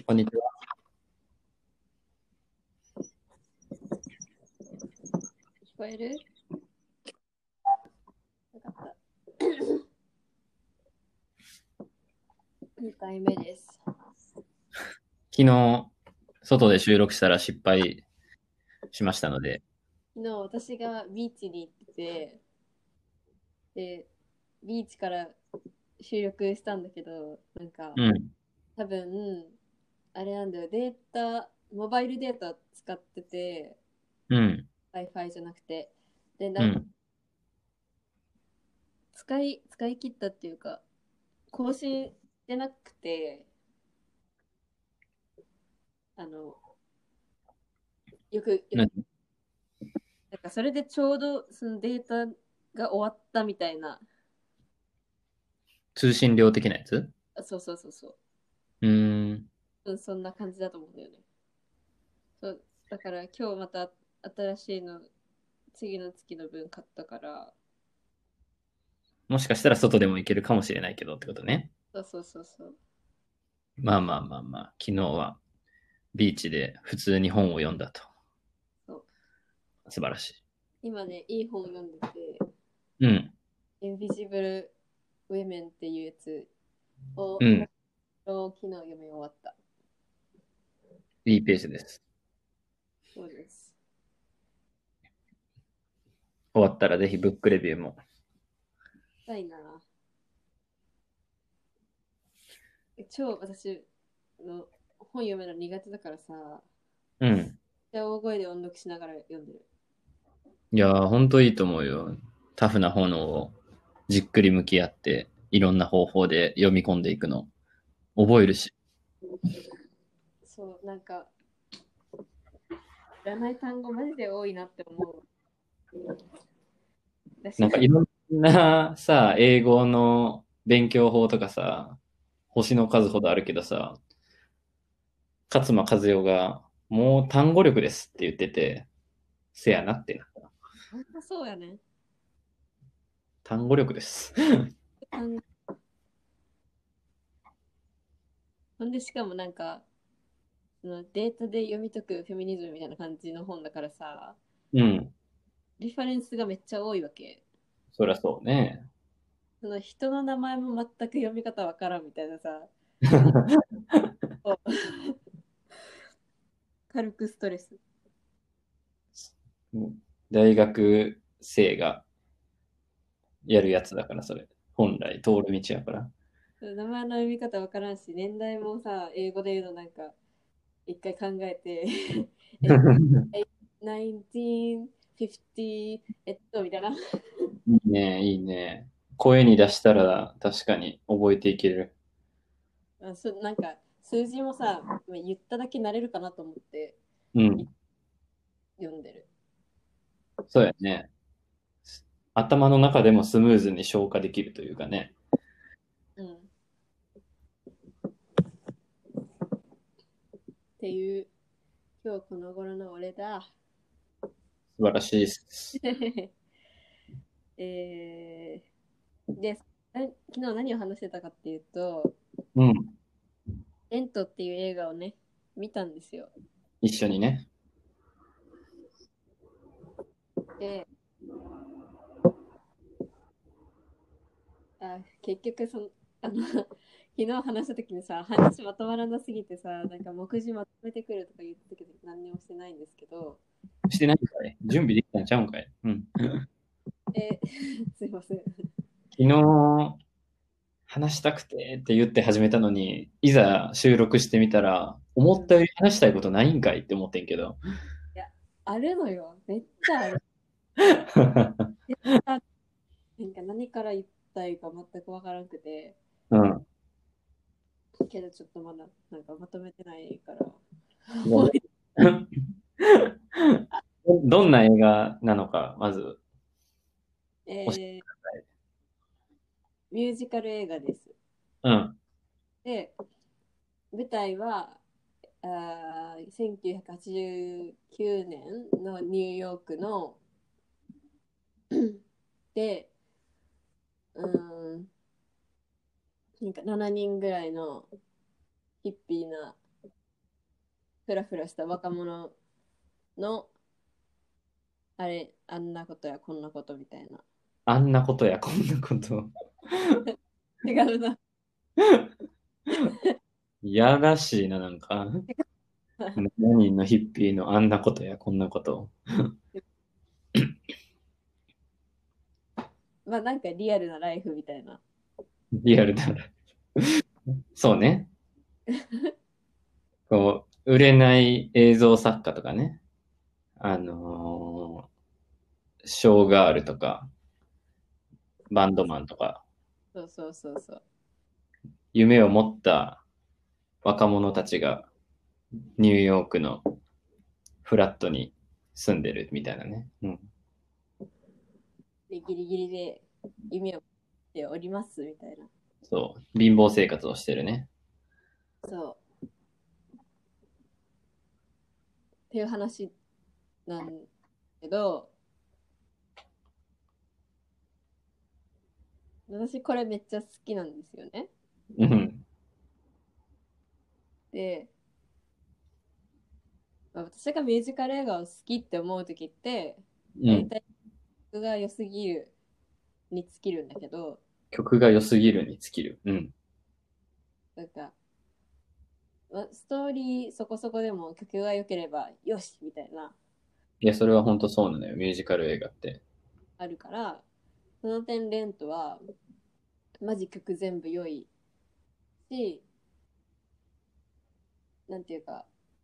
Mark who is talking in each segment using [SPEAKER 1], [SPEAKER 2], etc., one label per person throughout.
[SPEAKER 1] こんにちは。
[SPEAKER 2] 聞こえる？よかった。2回目です。
[SPEAKER 1] 昨日、外で収録したら失敗しましたので、
[SPEAKER 2] 昨日私がビーチに行ってて、で、ビーチから収録したんだけど、なんか
[SPEAKER 1] うん、
[SPEAKER 2] 多分、あれなんだよ、モバイルデータ使ってて、
[SPEAKER 1] うん、
[SPEAKER 2] Wi-Fi じゃなくて、で、なんか
[SPEAKER 1] うん。
[SPEAKER 2] 使い切ったっていうか、更新してなくて、あの、よく、
[SPEAKER 1] 何
[SPEAKER 2] なんかそれでちょうどそのデータが終わったみたいな、
[SPEAKER 1] 通信量的なやつ？
[SPEAKER 2] そうそうそうそう。
[SPEAKER 1] うーん。
[SPEAKER 2] うん、そんな感じだと思うんだよね。そう、だから今日また新しいの、次の月の分買ったから、
[SPEAKER 1] もしかしたら外でも行けるかもしれないけどってことね。
[SPEAKER 2] そうそうそうそう。
[SPEAKER 1] まあまあまあまあ、昨日はビーチで普通に本を読んだと。
[SPEAKER 2] そう
[SPEAKER 1] 素晴らし
[SPEAKER 2] 今ね、いい本読んでて、
[SPEAKER 1] い。うん、
[SPEAKER 2] インビジブル・ウェメンっていうやつを
[SPEAKER 1] うん。
[SPEAKER 2] 昨日読み終わった。
[SPEAKER 1] いいペースです。
[SPEAKER 2] そうです。
[SPEAKER 1] 終わったらぜひブックレビューも。
[SPEAKER 2] したいな。超私の本読むの苦手だからさ、
[SPEAKER 1] うん。
[SPEAKER 2] じゃあ大声で音読しながら読んでる。
[SPEAKER 1] いやー、ほんといいと思うよ。タフな本をじっくり向き合って、いろんな方法で読み込んでいくの。覚えるし。
[SPEAKER 2] そう、なんか、いらない単語マジで多いなって思う。私は、
[SPEAKER 1] なんかいろんなさ、英語の勉強法とかさ、星の数ほどあるけどさ、勝間和代が、もう単語力ですって言ってて、せやなってなった。
[SPEAKER 2] 本当そうやね。
[SPEAKER 1] 単語力です。
[SPEAKER 2] 単ほんで、しかもなんか、そのデータで読み解くフェミニズムみたいな感じの本だからさ、
[SPEAKER 1] うん。
[SPEAKER 2] リファレンスがめっちゃ多いわけ。
[SPEAKER 1] そりゃそうね。
[SPEAKER 2] その人の名前も全く読み方わからんみたいなさ、軽くストレス。
[SPEAKER 1] 大学生がやるやつだから、それ。本来通る道やから。
[SPEAKER 2] 名前の読み方わからんし、年代もさ、英語で言うのなんか、一回考えて1950、みたいな。
[SPEAKER 1] いいね、いいね。声に出したら確かに覚えていける。
[SPEAKER 2] なんか、数字もさ、言っただけ慣れるかなと思って
[SPEAKER 1] うん。
[SPEAKER 2] 読んでる。
[SPEAKER 1] そうやね。頭の中でもスムーズに消化できるというかね。
[SPEAKER 2] うん。っていう、今日この頃の俺だ。
[SPEAKER 1] 素晴らしいです。
[SPEAKER 2] えで、昨日何を話してたかっていうと、
[SPEAKER 1] うん。
[SPEAKER 2] レントっていう映画をね、見たんですよ。
[SPEAKER 1] 一緒にね。
[SPEAKER 2] で、結局昨日話した時にさ、話まとまらなすぎてさ、なんか目次まとめてくるとか言ってたけど、何にもしてないんですけど、
[SPEAKER 1] してないんかい？準備できたんちゃうんかい？うん。
[SPEAKER 2] え、すいません。
[SPEAKER 1] 昨日話したくてって言って始めたのに、いざ収録してみたら、
[SPEAKER 2] うん。
[SPEAKER 1] 思ったより話したいことないんかいって思ってんけど。
[SPEAKER 2] いや、あるのよ。めっちゃある。めっちゃある。なんか何から言ったらいいか全くわからなくて、
[SPEAKER 1] うん。
[SPEAKER 2] けどちょっとまだなんかまとめてないから。
[SPEAKER 1] どんな映画なのか、まず教えて
[SPEAKER 2] えー
[SPEAKER 1] ください。
[SPEAKER 2] ミュージカル映画です。
[SPEAKER 1] うん。
[SPEAKER 2] で、舞台は1989年のニューヨークので、うーん、なんか7人ぐらいのヒッピーなふらふらした若者のあれ、あんなことやこんなことみたいな。
[SPEAKER 1] あんなことやこんなこと。
[SPEAKER 2] 違うな。
[SPEAKER 1] やらしいな、なんか。7人のヒッピーのあんなことやこんなこと。
[SPEAKER 2] まあなんかリアルなライフみたいな。
[SPEAKER 1] リアルだ。そうね。こう、売れない映像作家とかね。ショーガールとか、バンドマンとか、
[SPEAKER 2] そうそうそうそう。
[SPEAKER 1] 夢を持った若者たちがニューヨークのフラットに住んでるみたいなね。うん。
[SPEAKER 2] で、ギリギリで夢を持っておりますみたいな。
[SPEAKER 1] そう。貧乏生活をしてるね。
[SPEAKER 2] そう。っていう話なんだけど、私これめっちゃ好きなんですよね。
[SPEAKER 1] うん。
[SPEAKER 2] で、まあ、私がミュージカル映画を好きって思う時って、
[SPEAKER 1] うん。
[SPEAKER 2] 大体曲が良すぎるに尽きるんだけど、
[SPEAKER 1] 曲が良すぎるに尽きる。うん。
[SPEAKER 2] なんか、まあストーリーそこそこでも曲が良ければよしみたいな、
[SPEAKER 1] いや、それは本当そうなのよ。ミュージカル映画って。
[SPEAKER 2] あるから、その点レントは、マジ曲全部良いし、なんていうか、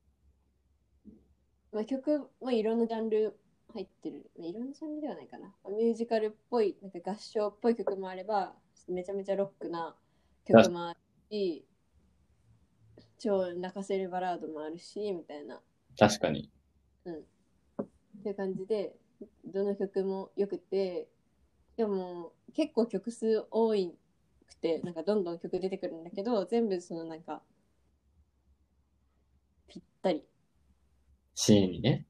[SPEAKER 2] まあ、曲もいろんなジャンル入ってる。いろんなジャンルではないかな。ミュージカルっぽい、なんか合唱っぽい曲もあれば、めちゃめちゃロックな曲もあるし、超泣かせるバラードもあるし、みたいな。
[SPEAKER 1] 確かに。
[SPEAKER 2] うん。っていう感じで、どの曲も良くて、でも結構曲数多くて、なんかどんどん曲出てくるんだけど、全部そのなんかぴったり。
[SPEAKER 1] シーンにね。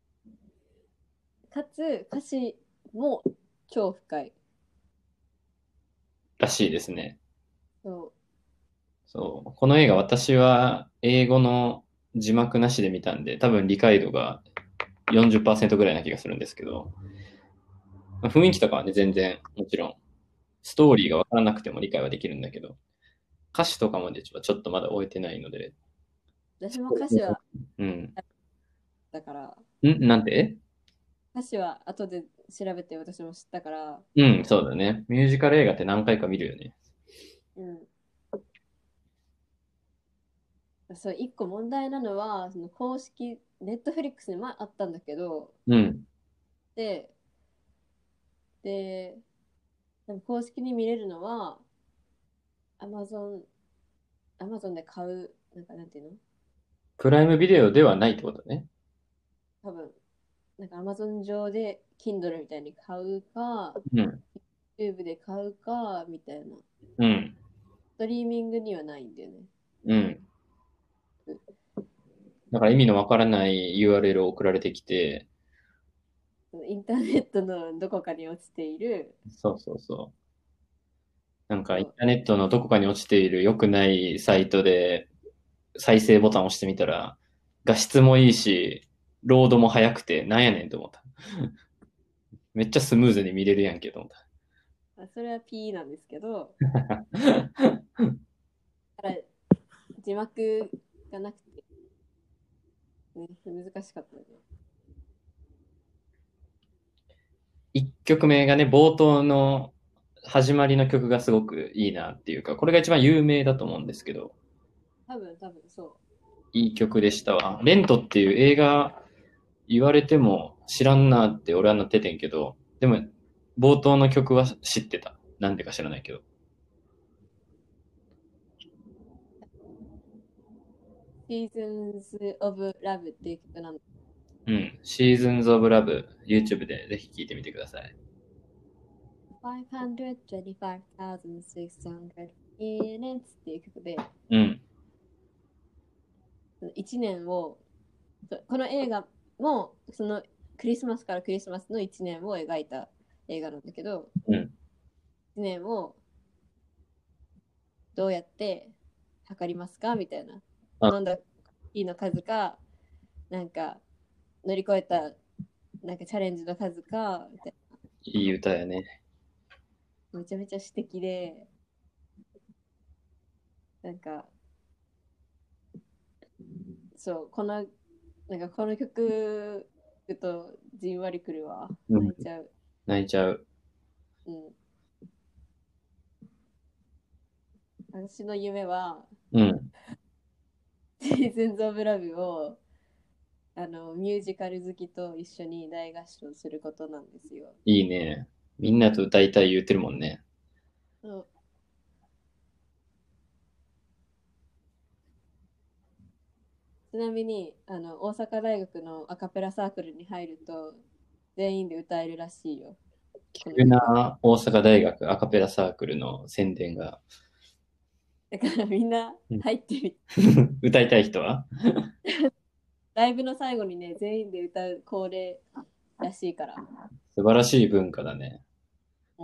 [SPEAKER 2] かつ歌詞も超深い。
[SPEAKER 1] らしいですね。
[SPEAKER 2] そ
[SPEAKER 1] そう。この映画私は英語の字幕なしで見たんで、多分理解度が40%ぐらいな気がするんですけど、まあ雰囲気とかはね、全然もちろんストーリーがわからなくても理解はできるんだけど、歌詞とかまでちょっとまだ終えてないので、
[SPEAKER 2] う。私も歌詞は
[SPEAKER 1] うん。
[SPEAKER 2] だから、
[SPEAKER 1] なんで
[SPEAKER 2] 歌詞は後で調べて私も知ったから、
[SPEAKER 1] うん、そうだね。ミュージカル映画って何回か見るよね。
[SPEAKER 2] うん。そう、一個問題なのは、その公式、ネットフリックスに前あったんだけど、
[SPEAKER 1] うん。
[SPEAKER 2] で、で、でも公式に見れるのは、アマゾン、アマゾンで買う、なんていうの
[SPEAKER 1] プライムビデオではないってことね。
[SPEAKER 2] 多分、なんかアマゾン上で Kindle みたいに買うか、
[SPEAKER 1] うん。
[SPEAKER 2] YouTube で買うか、みたいな。
[SPEAKER 1] うん。
[SPEAKER 2] ストリーミングにはないんだよね。
[SPEAKER 1] うん。だから意味のわからない URL を送られてきて、
[SPEAKER 2] そのインターネットのどこかに落ちている、
[SPEAKER 1] そうそうそう。なんかイン
[SPEAKER 2] そう
[SPEAKER 1] ターネットのどこかに落ちている良くないサイトで再生ボタンを押してみたら、画質もいいし、ロードも速くて、なんやねんと思った。めっちゃスムーズに見れるやんけと思っ
[SPEAKER 2] まあそれは P なんですけど、
[SPEAKER 1] た。
[SPEAKER 2] ただ字幕がなくて、ね、難しかったよね。
[SPEAKER 1] 一曲目がね、冒頭の始まりの曲がすごくいいなっていうか、これが一番有名だと思うんですけど、
[SPEAKER 2] 多分そ
[SPEAKER 1] いい曲でしたわ。レントっていう映画言われても知らんなって俺はなっててんけど、でも冒頭の曲は知ってた。なんでか知らないけど。
[SPEAKER 2] う。Seasons of Love っていう曲なんだ。
[SPEAKER 1] うん。Seasons of Love、YouTube でぜひ聴いてみてください。
[SPEAKER 2] 525,600 minutes っていう曲で、
[SPEAKER 1] うん。
[SPEAKER 2] 1年を、この映画も、そのクリスマスからクリスマスの1年を描いた映画なんだけど、
[SPEAKER 1] うん。
[SPEAKER 2] 1年をどうやって測りますかみたいな。
[SPEAKER 1] あ、
[SPEAKER 2] なんだいいの数か、なんか乗り越えたなんかチャレンジの数か、みたい
[SPEAKER 1] いい歌やね。
[SPEAKER 2] な。めちゃめちゃ詩的で、なんか、そう、この曲とじんわりくるわ。
[SPEAKER 1] うん。
[SPEAKER 2] 泣いちゃう。
[SPEAKER 1] 泣いちゃう。
[SPEAKER 2] うん。私の夢は、
[SPEAKER 1] うん。
[SPEAKER 2] シーズンズ・オブ・ラブをミュージカル好きと一緒に大合唱することなんですよ。
[SPEAKER 1] いいね。みんなと歌いたい言ってるもんね。
[SPEAKER 2] そうちなみに大阪大学のアカペラサークルに入ると全員で歌えるらしいよ、この
[SPEAKER 1] 急
[SPEAKER 2] 曲。
[SPEAKER 1] な大阪大学アカペラサークルの宣伝が。
[SPEAKER 2] だからみんな
[SPEAKER 1] うん。
[SPEAKER 2] 入ってみて、
[SPEAKER 1] 歌いたい人は
[SPEAKER 2] ライブの最後にね、全員で歌う恒例らしいから。
[SPEAKER 1] 素晴らしい文化だね。
[SPEAKER 2] うん。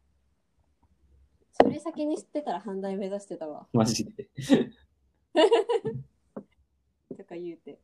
[SPEAKER 2] それ先に知ってたら阪大目指してたわ。
[SPEAKER 1] マジで。
[SPEAKER 2] とか言うて。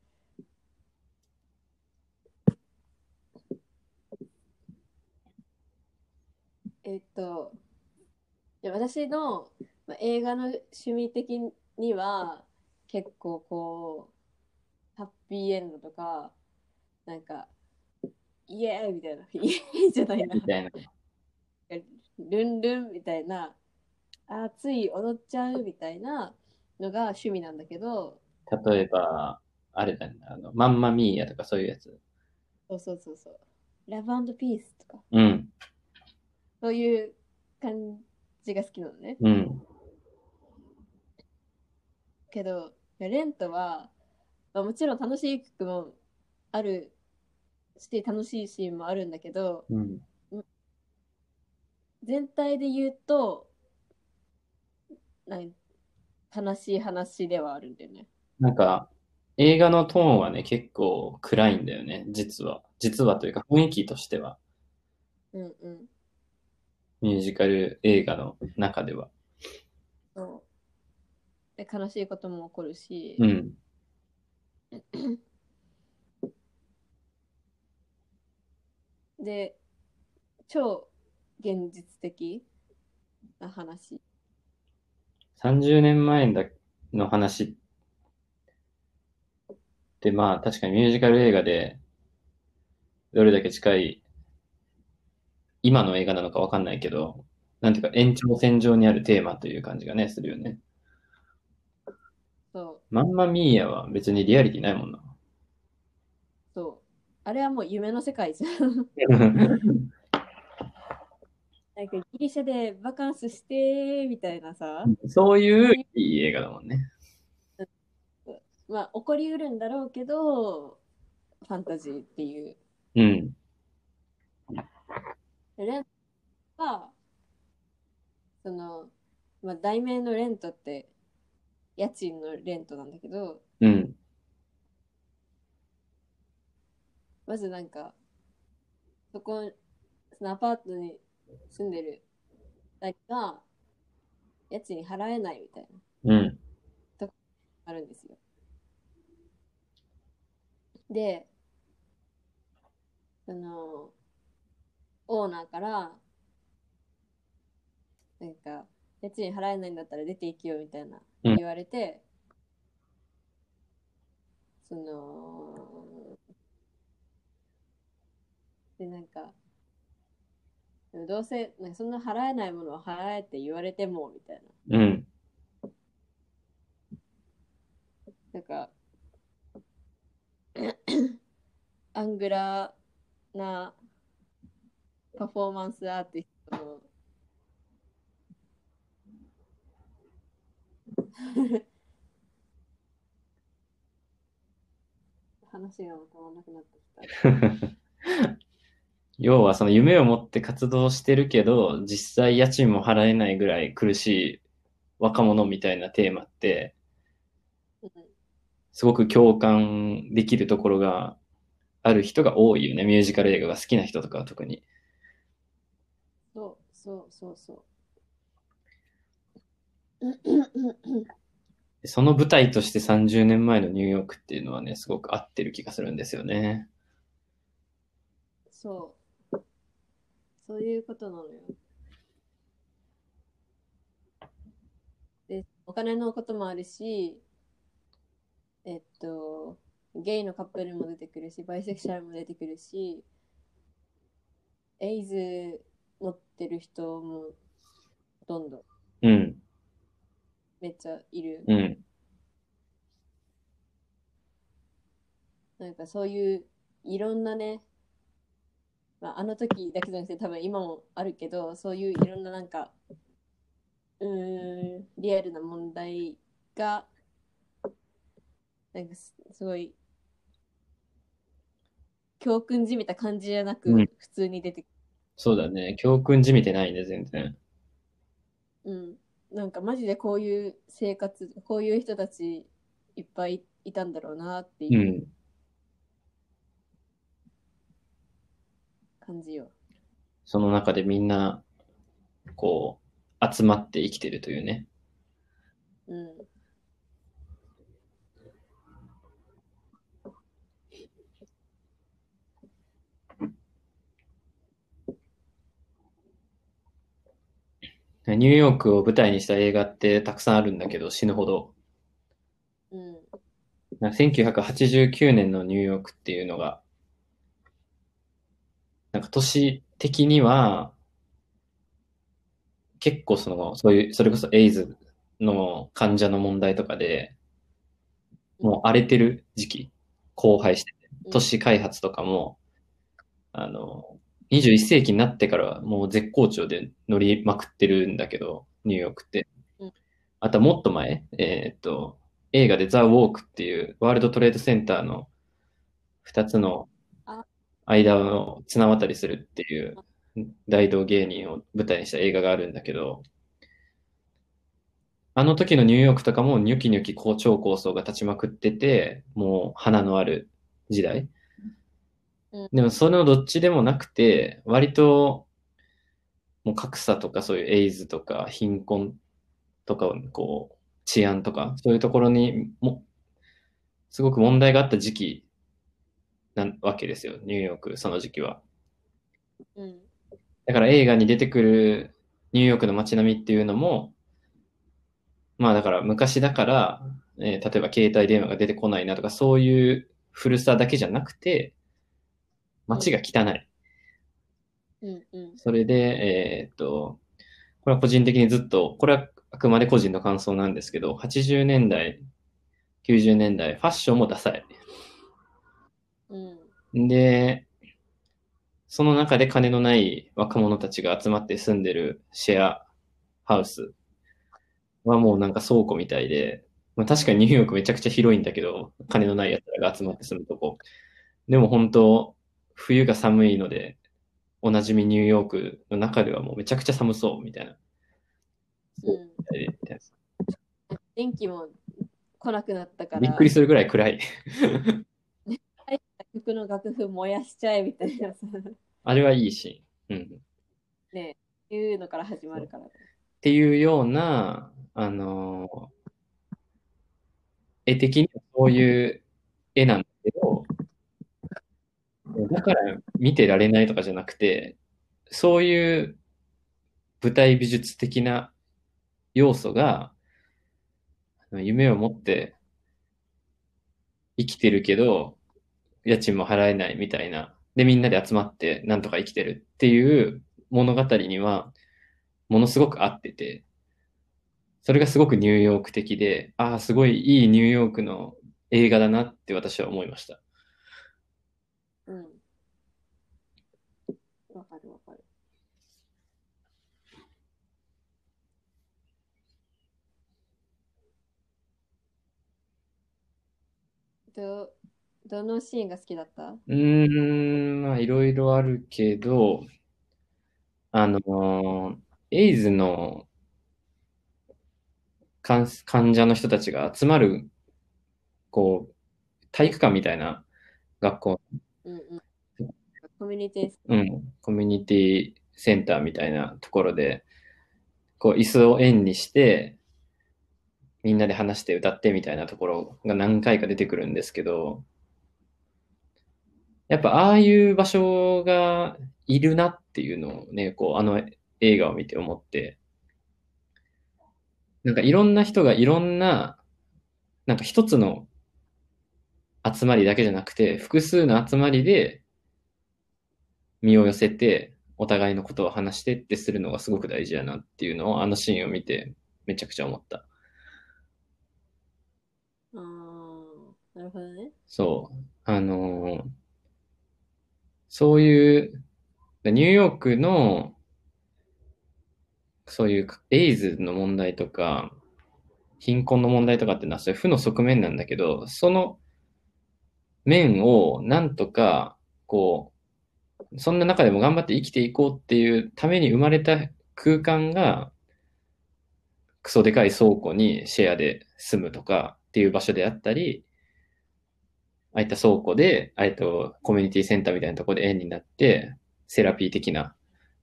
[SPEAKER 2] えっと、私の、映画の趣味的には結構こう、ハッピーエンドとか、なんか、イエーイみたいな、イエーイじゃないな、
[SPEAKER 1] みたいな。
[SPEAKER 2] ルンルンみたいな、あ、つい踊っちゃうみたいなのが趣味なんだけど、
[SPEAKER 1] 例えば、あれだね。マンマミーヤとかそういうやつ。
[SPEAKER 2] そうそうそうそう、ラブピースとか、
[SPEAKER 1] うん。
[SPEAKER 2] そういう感じが好きなのね。
[SPEAKER 1] うん。
[SPEAKER 2] けど、レントは、もちろん楽しい曲もあるし、楽しいシーンもあるんだけど、
[SPEAKER 1] うん。
[SPEAKER 2] 全体で言うと、悲しい話ではあるんだよね。
[SPEAKER 1] なんか、映画のトーンはね、結構暗いんだよね。実は。実はというか、雰囲気としては。
[SPEAKER 2] うんうん。
[SPEAKER 1] ミュージカル映画の中では。
[SPEAKER 2] そうで悲しいことも起こるし、
[SPEAKER 1] うん。
[SPEAKER 2] で、超現実的な話。
[SPEAKER 1] 30年前の話って、まあ確かにミュージカル映画でどれだけ近い今の映画なのかわかんないけど、なんていうか延長線上にあるテーマという感じがね、するよね。
[SPEAKER 2] そう、
[SPEAKER 1] マンマミーヤは別にリアリティないもんな。
[SPEAKER 2] そう。あれはもう夢の世界じゃん。なんかギリシャでバカンスしてみたいなさ、
[SPEAKER 1] そういう
[SPEAKER 2] そういう、
[SPEAKER 1] いい映画だもんね。
[SPEAKER 2] 起こりうるんだろうけど、ファンタジーっていう。
[SPEAKER 1] うん。
[SPEAKER 2] でレンは、その、題名のレントって家賃のレントなんだけど、
[SPEAKER 1] うん。
[SPEAKER 2] まずそのアパートに住んでる二人が家賃払えないみたいな
[SPEAKER 1] うん。
[SPEAKER 2] とこあるんですよ。で、その、オーナーから、家賃払えないんだったら出て行けよみたいな
[SPEAKER 1] うん。
[SPEAKER 2] 言われて、その、で、でもどうせ、そんな払えないものを払えって言われても、みたいな。
[SPEAKER 1] うん。
[SPEAKER 2] なんか、アングラーなパフォーマンスアーティストの話がまとまらなくなってきた。
[SPEAKER 1] 要はその夢を持って活動してるけど、実際家賃も払えないぐらい苦しい若者みたいなテーマって、
[SPEAKER 2] うん、
[SPEAKER 1] すごく共感できるところがある人が多いよね。ミュージカル映画が好きな人とかは特に。
[SPEAKER 2] そうそうそうそう。
[SPEAKER 1] その舞台として30年前のニューヨークっていうのはね、すごく合ってる気がするんですよね。
[SPEAKER 2] そう。そういうことなのよ。で、お金のこともあるし、ゲイのカップルも出てくるし、バイセクシャルも出てくるし、エイズ持ってる人もほとんど
[SPEAKER 1] うん。
[SPEAKER 2] めっちゃいる。
[SPEAKER 1] うん。
[SPEAKER 2] なんかそういういろんなね、まあ、あの時だけじゃなくて多分今もあるけど、そういういろんななんか、リアルな問題が、なんかすごい教訓じみた感じじゃな
[SPEAKER 1] うん。
[SPEAKER 2] く普通に出てく
[SPEAKER 1] そうだね。教訓じみてないね、全然。
[SPEAKER 2] る。なんかマジでこういう生活、こういう人たちいっぱいいたんだろうなっていう
[SPEAKER 1] うん。
[SPEAKER 2] 感じよ。
[SPEAKER 1] その中でみんな、こう、集まって生きてるというね。
[SPEAKER 2] うん。
[SPEAKER 1] ニューヨークを舞台にした映画ってたくさんあるんだけど、死ぬほど。
[SPEAKER 2] うん。
[SPEAKER 1] 1989年のニューヨークっていうのが、なんか都市的には、結構そういう、それこそエイズの患者の問題とかで、
[SPEAKER 2] うん。
[SPEAKER 1] もう荒れてる時期、荒廃してて、
[SPEAKER 2] うん。
[SPEAKER 1] 都市開発とかも、あの、21世紀になってからはもう絶好調で乗りまくってるんだけど、ニューヨークって。
[SPEAKER 2] うん。
[SPEAKER 1] あとはもっと前、映画でザ・ウォークっていうワールドトレードセンターの2つの
[SPEAKER 2] あ、
[SPEAKER 1] 間を綱渡りするっていう大道芸人を舞台にした映画があるんだけど、あの時のニューヨークとかもニョキニョキ超高層が立ちまくってて、もう花のある時代。
[SPEAKER 2] うん。
[SPEAKER 1] でもそのどっちでもなくて、割ともう格差とかそういうエイズとか貧困とか、こう、治安とか、そういうところにも、すごく問題があった時期なわけですよ、ニューヨーク、その時期は。
[SPEAKER 2] うん。
[SPEAKER 1] だから映画に出てくるニューヨークの街並みっていうのも、まあだから昔だから、例えば携帯電話が出てこないなとか、そういう古さだけじゃなくて、
[SPEAKER 2] うん。
[SPEAKER 1] 街が汚い。
[SPEAKER 2] うん。うん。
[SPEAKER 1] それで、これは個人的にずっと、これはあくまで個人の感想なんですけど、80年代、90年代、ファッションもダサい。
[SPEAKER 2] うん。
[SPEAKER 1] で、その中で金のない若者たちが集まって住んでるシェアハウスはもうなんか倉庫みたいで、まあ、確かにニューヨークめちゃくちゃ広いんだけど、金のない奴らが集まって住むとこ。でも本当、冬が寒いので、おなじみニューヨークの中ではもうめちゃくちゃ寒そうみたいな。そう
[SPEAKER 2] うん。
[SPEAKER 1] みたいでみたいな。
[SPEAKER 2] 電気も来なくなったから、
[SPEAKER 1] びっくりするぐらい暗い。
[SPEAKER 2] 入った曲の楽譜燃やしちゃえみたいなさ、
[SPEAKER 1] あれはいいシーン。うん。
[SPEAKER 2] ね、いうのから始ま
[SPEAKER 1] そうっ
[SPEAKER 2] るから。
[SPEAKER 1] ていうような、絵的にはそういう絵なんだけど、だから見てられないとかじゃなくて、そういう舞台美術的な要素が、夢を持って生きてるけど、家賃も払えないみたいな。で、みんなで集まってなんとか生きてるっていう物語には、ものすごく合ってて、それがすごくニューヨーク的で、ああ、すごいいいニューヨークの映画だなって私は思いました。
[SPEAKER 2] うん。わかるわかる。ど、どのシーンが好きだった？
[SPEAKER 1] まあ、いろいろあるけど、あのエイズの患者の人たちが集まる、こう、体育館みたいな学校、
[SPEAKER 2] うんうん。コミュニティ、
[SPEAKER 1] うん、コミュニティセンターみたいなところで、こう、椅子を円にして、 みんなで話して歌ってみたいなところが何回か出てくるんですけど、やっぱああいう場所がいるなっていうのをね、こう、あの映画を見て思って、なんかいろんな人がいろんな、なんか一つの集まりだけじゃなくて、複数の集まりで身を寄せて、お互いのことを話してってするのがすごく大事だなっていうのを、あのシーンを見て、めちゃくちゃ思った。
[SPEAKER 2] ああ、なるほどね。
[SPEAKER 1] そう。そういう、ニューヨークの、そういうエイズの問題とか、貧困の問題とかっていうのは、そういう負の側面なんだけど、その面をなんとか、こそんな中でも頑張って生きていこうっていうために生まれた空間が、クソでかい倉庫にシェアで住むとかっていう場所であったり、ああいった倉庫で、コミュニティセンターみたいなところで縁になって、セラピー的な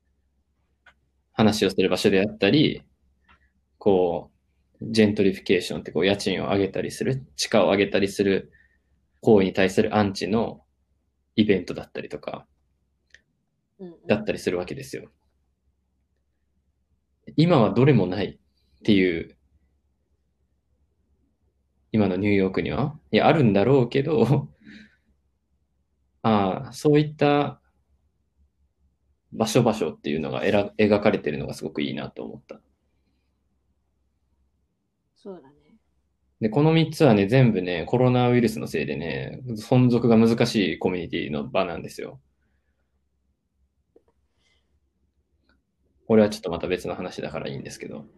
[SPEAKER 1] 話をする場所であったり、こジェントリフィケーションってこう家賃を上げたりする、地価を上げたりする行為に対するアンチのイベントだったりとか、だったりするわけですよ。今はどれもないっていう今のニューヨークには、いや、あるんだろうけど、ああ、そういった場所場所っていうのが描かれてるのがすごくいいなと思った。
[SPEAKER 2] そうだね。
[SPEAKER 1] で、この3つはね、全部ね、コロナウイルスのせいでね、存続が難しいコミュニティの場なんですよ。これはちょっとまた別の話だからいいんですけど。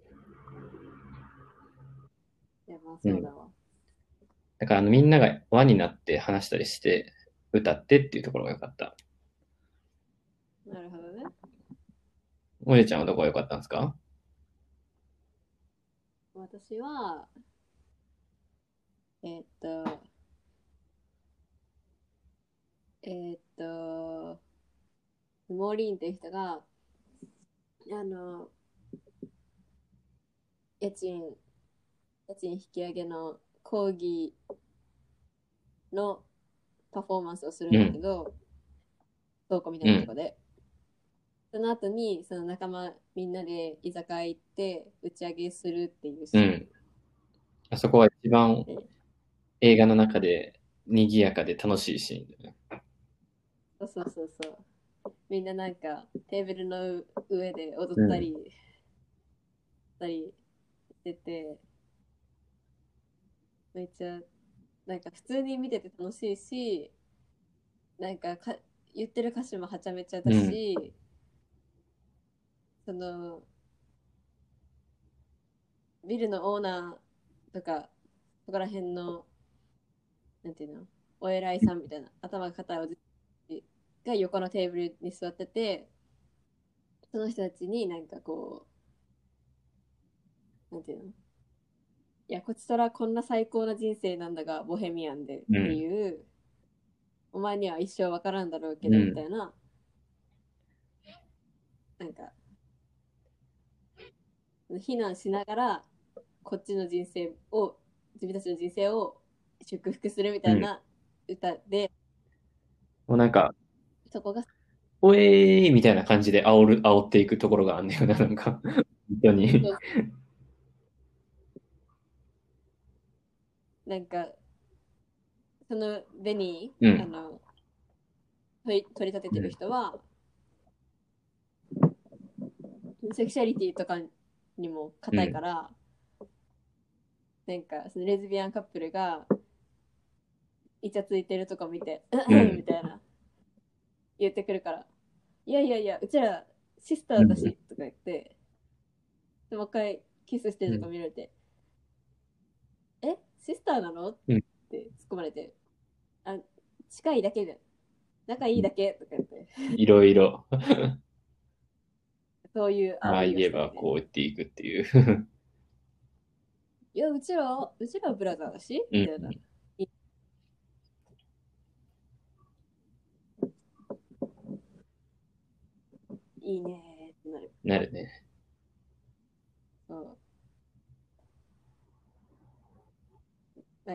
[SPEAKER 2] いや、まあ
[SPEAKER 1] うん。
[SPEAKER 2] そうだわ。
[SPEAKER 1] だからみんなが輪になって話したりして、歌ってっていうところが良かった。
[SPEAKER 2] なるほどね。
[SPEAKER 1] おじちゃんはどこが良かったんですか？
[SPEAKER 2] 私は、えーっと、えーっと、モーリーンっていう人が、あの、家賃、家賃引き上げの講義のパフォーマンスをするんだけ
[SPEAKER 1] うん。
[SPEAKER 2] ど、倉庫みた
[SPEAKER 1] うん。
[SPEAKER 2] いなとこで。その後に、その仲間みんなで居酒屋行って打ち上げするっていうシーン。
[SPEAKER 1] うん。あそこは一番
[SPEAKER 2] で、
[SPEAKER 1] 映画の中で賑やかで楽しいシーンだね。
[SPEAKER 2] そうそうそうそう。みんななんかテーブルの上で踊
[SPEAKER 1] うん。
[SPEAKER 2] ったりしたりしてて、めっちゃなんか普通に見てて楽しいし、なんか言ってる歌詞もはちゃめちゃだ
[SPEAKER 1] うん。
[SPEAKER 2] し、そのビルのオーナーとか、そこら辺の、なんていうの、お偉いさんみたいな、頭が硬いおじが横のテーブルに座ってて、その人たちになんかこなんていうの、いや、こちとらこんな最高な人生なんだが、ボヘミアンでって
[SPEAKER 1] うん。
[SPEAKER 2] いう、お前には一生わからんだろうけど、みた
[SPEAKER 1] うん。
[SPEAKER 2] いな、なんか、非難しながら、こっちの人生を、自分たちの人生を祝福するみ
[SPEAKER 1] うん。
[SPEAKER 2] たいな歌で、
[SPEAKER 1] もうなんか、
[SPEAKER 2] そこが、
[SPEAKER 1] おえーいみたいな感じで煽っていくところがあんねんよな、なんか、本当に。
[SPEAKER 2] なんか、そのベニー、
[SPEAKER 1] うん。
[SPEAKER 2] 取り立ててる
[SPEAKER 1] うん。
[SPEAKER 2] 人は、セクシャリティとかにも
[SPEAKER 1] うん。
[SPEAKER 2] 硬いから、なんか、そのレズビアンカップルが、イチャついてるとこ見て、
[SPEAKER 1] うん。
[SPEAKER 2] みたいな言ってくるから、いやいやいや、うちらシスタ
[SPEAKER 1] うん。
[SPEAKER 2] ーだし、とか言って、でもう一回キスしてるとこ見られて、えシスターなのっ
[SPEAKER 1] うん。
[SPEAKER 2] て突っ込まれて、あ、近いだけで、仲いいだけとか言って、
[SPEAKER 1] いろいろ、
[SPEAKER 2] そういう
[SPEAKER 1] ああ
[SPEAKER 2] 煽りを
[SPEAKER 1] 言えば
[SPEAKER 2] してて、
[SPEAKER 1] こう言っていくっていう。
[SPEAKER 2] いや、うちらブラザーだし、
[SPEAKER 1] うん。
[SPEAKER 2] みたいな。いいねってなる。
[SPEAKER 1] なるね。
[SPEAKER 2] そう。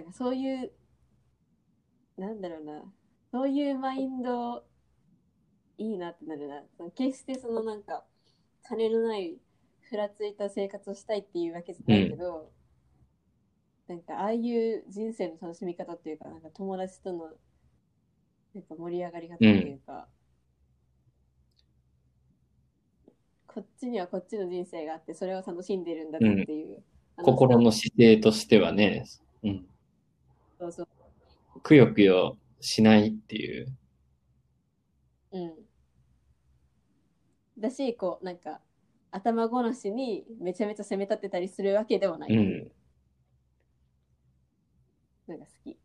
[SPEAKER 2] なんかそういう、なんだろうな、そういうマインドいいなってなるな。決してそのなんか、金のないふらついた生活をしたいっていうわけじゃないけど、なんかああいう人生の楽しみ方っていうか、なんか友達とのなんか盛り上がり方っていうか、こっちにはこっちの人生があって、それを楽しんでるんだぜっていう、
[SPEAKER 1] 心の姿勢としてはね、
[SPEAKER 2] そうそう。
[SPEAKER 1] くよくよしないっていう。
[SPEAKER 2] うん。だし、こう、なんか、頭ごなしにめちゃめちゃ攻め立てたりするわけではないっていう、なんか好き。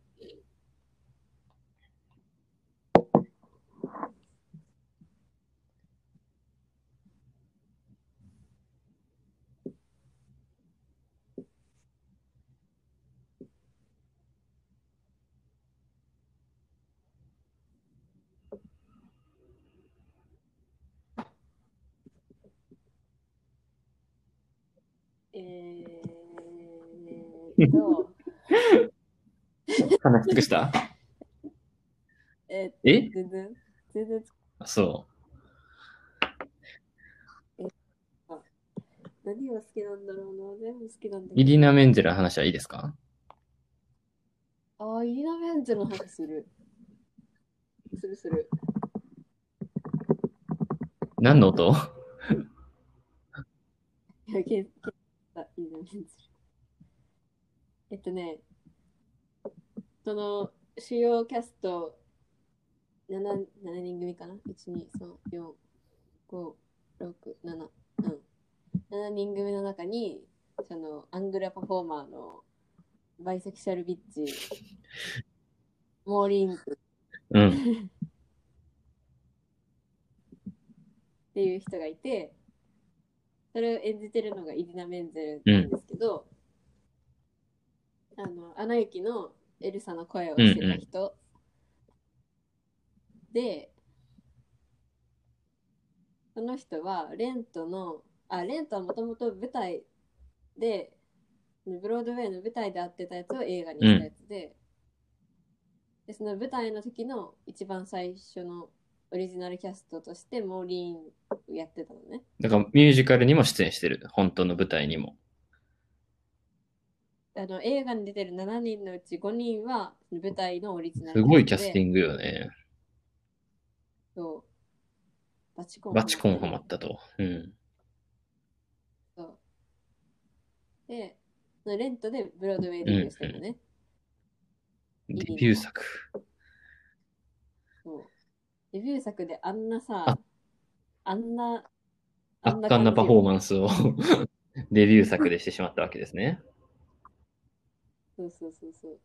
[SPEAKER 1] うん。話し尽くした？え
[SPEAKER 2] 全然、全然、
[SPEAKER 1] そ
[SPEAKER 2] えあ何が好きなんだろうな。全部好きなんだ
[SPEAKER 1] う。イ
[SPEAKER 2] けど。
[SPEAKER 1] リナ・メンゼルの話はいいですか？
[SPEAKER 2] ああ、イリナ・メンズの話する。するする。
[SPEAKER 1] 何の音？
[SPEAKER 2] いや、イリナ・メンズ。ね、その主要キャスト7人組かな？ 1、2、3、4、5、6、7。うん。7人組の中に、そのアングラパフォーマーのバイセクシャルビッチ、モーリーンズ
[SPEAKER 1] うん。
[SPEAKER 2] っていう人がいて、それを演じてるのがイディナ・メンゼルなん
[SPEAKER 1] うん。
[SPEAKER 2] ですけど、アナ雪のエルサの声を
[SPEAKER 1] うん。
[SPEAKER 2] してた
[SPEAKER 1] う
[SPEAKER 2] 人で、その人はレントはもともと舞台で、ブロードウェイの舞台で会ってたやつを映画に
[SPEAKER 1] ん。う
[SPEAKER 2] したや
[SPEAKER 1] ん。
[SPEAKER 2] つで、その舞台の時の一番最初のオリジナルキャストとしてモーリーンをやってたのね。
[SPEAKER 1] だからミュージカルにも出演してる。本当の舞台にも。
[SPEAKER 2] 映画に出てる7人のうち5人は舞台のオリジナルキャ
[SPEAKER 1] すごい
[SPEAKER 2] ストで、
[SPEAKER 1] キャスティングよね。
[SPEAKER 2] そうバチコンハ
[SPEAKER 1] バチコン
[SPEAKER 2] マってる。
[SPEAKER 1] ハマったと。うん。
[SPEAKER 2] そうで、そのレントでブロードウェイデビュー
[SPEAKER 1] うん。
[SPEAKER 2] してるのね。
[SPEAKER 1] デ
[SPEAKER 2] イリナは。
[SPEAKER 1] ビュー作。
[SPEAKER 2] そうデビュー作であんな
[SPEAKER 1] あ、
[SPEAKER 2] さ、あんな、あんな
[SPEAKER 1] 圧巻なパ
[SPEAKER 2] 感じよ。
[SPEAKER 1] フォーマンスをデビュー作でしてしまったわけですね。
[SPEAKER 2] そうそうそうそう。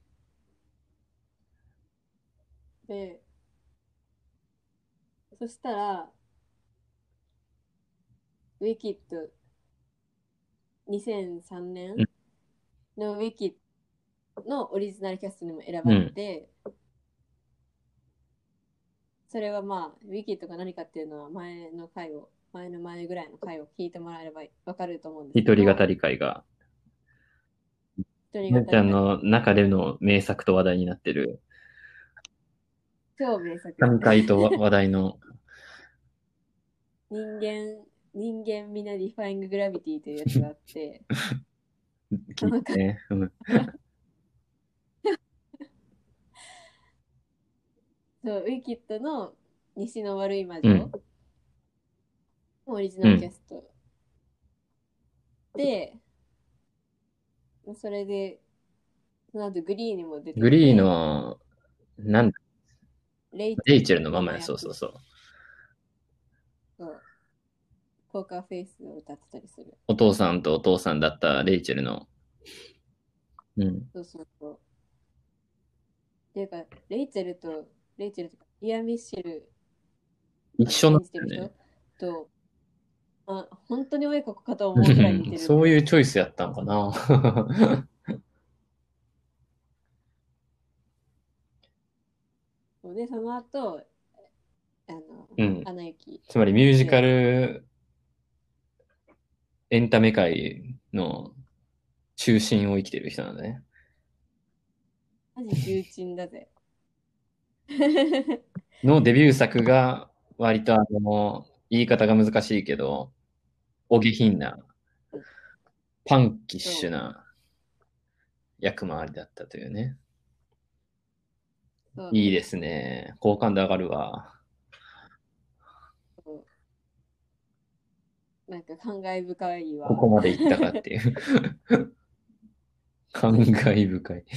[SPEAKER 2] で、そしたら、ウィキッド、2003年のウィキッドのオリジナルキャストにも選ばれ
[SPEAKER 1] うん。
[SPEAKER 2] て、それはまあ、ウィキッドが何かっていうのは前の前ぐらいの回を聞いてもらえればわかると思うんですけど、
[SPEAKER 1] 一人語り会が、
[SPEAKER 2] 一人語
[SPEAKER 1] むーちゃん
[SPEAKER 2] り会。
[SPEAKER 1] の中での名作と話題になってる、
[SPEAKER 2] 超名作。
[SPEAKER 1] 神回と話題の、
[SPEAKER 2] 人間、人間みんなディファインググラビティというやつがあって、そ
[SPEAKER 1] 聞い
[SPEAKER 2] の
[SPEAKER 1] てね。うん。
[SPEAKER 2] そう、ウィキッドの西の悪い魔女
[SPEAKER 1] うん。
[SPEAKER 2] オリジナルキャ
[SPEAKER 1] うん。
[SPEAKER 2] ストで、それで、その後グリーにも出て
[SPEAKER 1] グリー
[SPEAKER 2] て、
[SPEAKER 1] の、なんだ、
[SPEAKER 2] レイチェ
[SPEAKER 1] レイチェル
[SPEAKER 2] ルの
[SPEAKER 1] のママや、そうそ
[SPEAKER 2] ママ役、
[SPEAKER 1] うそう。
[SPEAKER 2] そう、ポーカーフェイスを歌ってたりする。
[SPEAKER 1] お父さんとお父さんだったレイチェルの、うん。
[SPEAKER 2] そうそうそう。っていうか、レイチェルとか、イア・ミッシェル、
[SPEAKER 1] 一緒なん
[SPEAKER 2] 演じてる人
[SPEAKER 1] だよね。
[SPEAKER 2] と、本当に親子かと思うくらい似てるんだよ。
[SPEAKER 1] そういうチョイスやったんかな。
[SPEAKER 2] で、その後、
[SPEAKER 1] うん。
[SPEAKER 2] アナ雪
[SPEAKER 1] つまりミュージカ
[SPEAKER 2] 主演。
[SPEAKER 1] ルエンタメ界の中心を生きてる人なんだね。
[SPEAKER 2] マジ重鎮だぜ。
[SPEAKER 1] のデビュー作が割と言い方が難しいけど、お下品な、パンキッシュ
[SPEAKER 2] そ
[SPEAKER 1] な役回りだったというね。
[SPEAKER 2] そう
[SPEAKER 1] いいですね。好感度上がるわ。
[SPEAKER 2] そう。なんか感慨深い
[SPEAKER 1] ここ
[SPEAKER 2] わ。
[SPEAKER 1] まで行ったかっていう。感慨深い。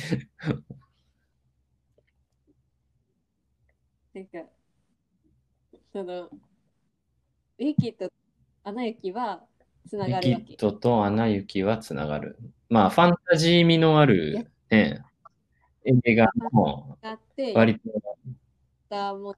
[SPEAKER 2] なんか、その、ウィキとアナ雪はつな
[SPEAKER 1] リ
[SPEAKER 2] がるわけ。
[SPEAKER 1] キッドとアナ雪はつながる。まあ、ファンタジー味のあ
[SPEAKER 2] やっ
[SPEAKER 1] るね、映画も
[SPEAKER 2] たって、やっ
[SPEAKER 1] 割と
[SPEAKER 2] たも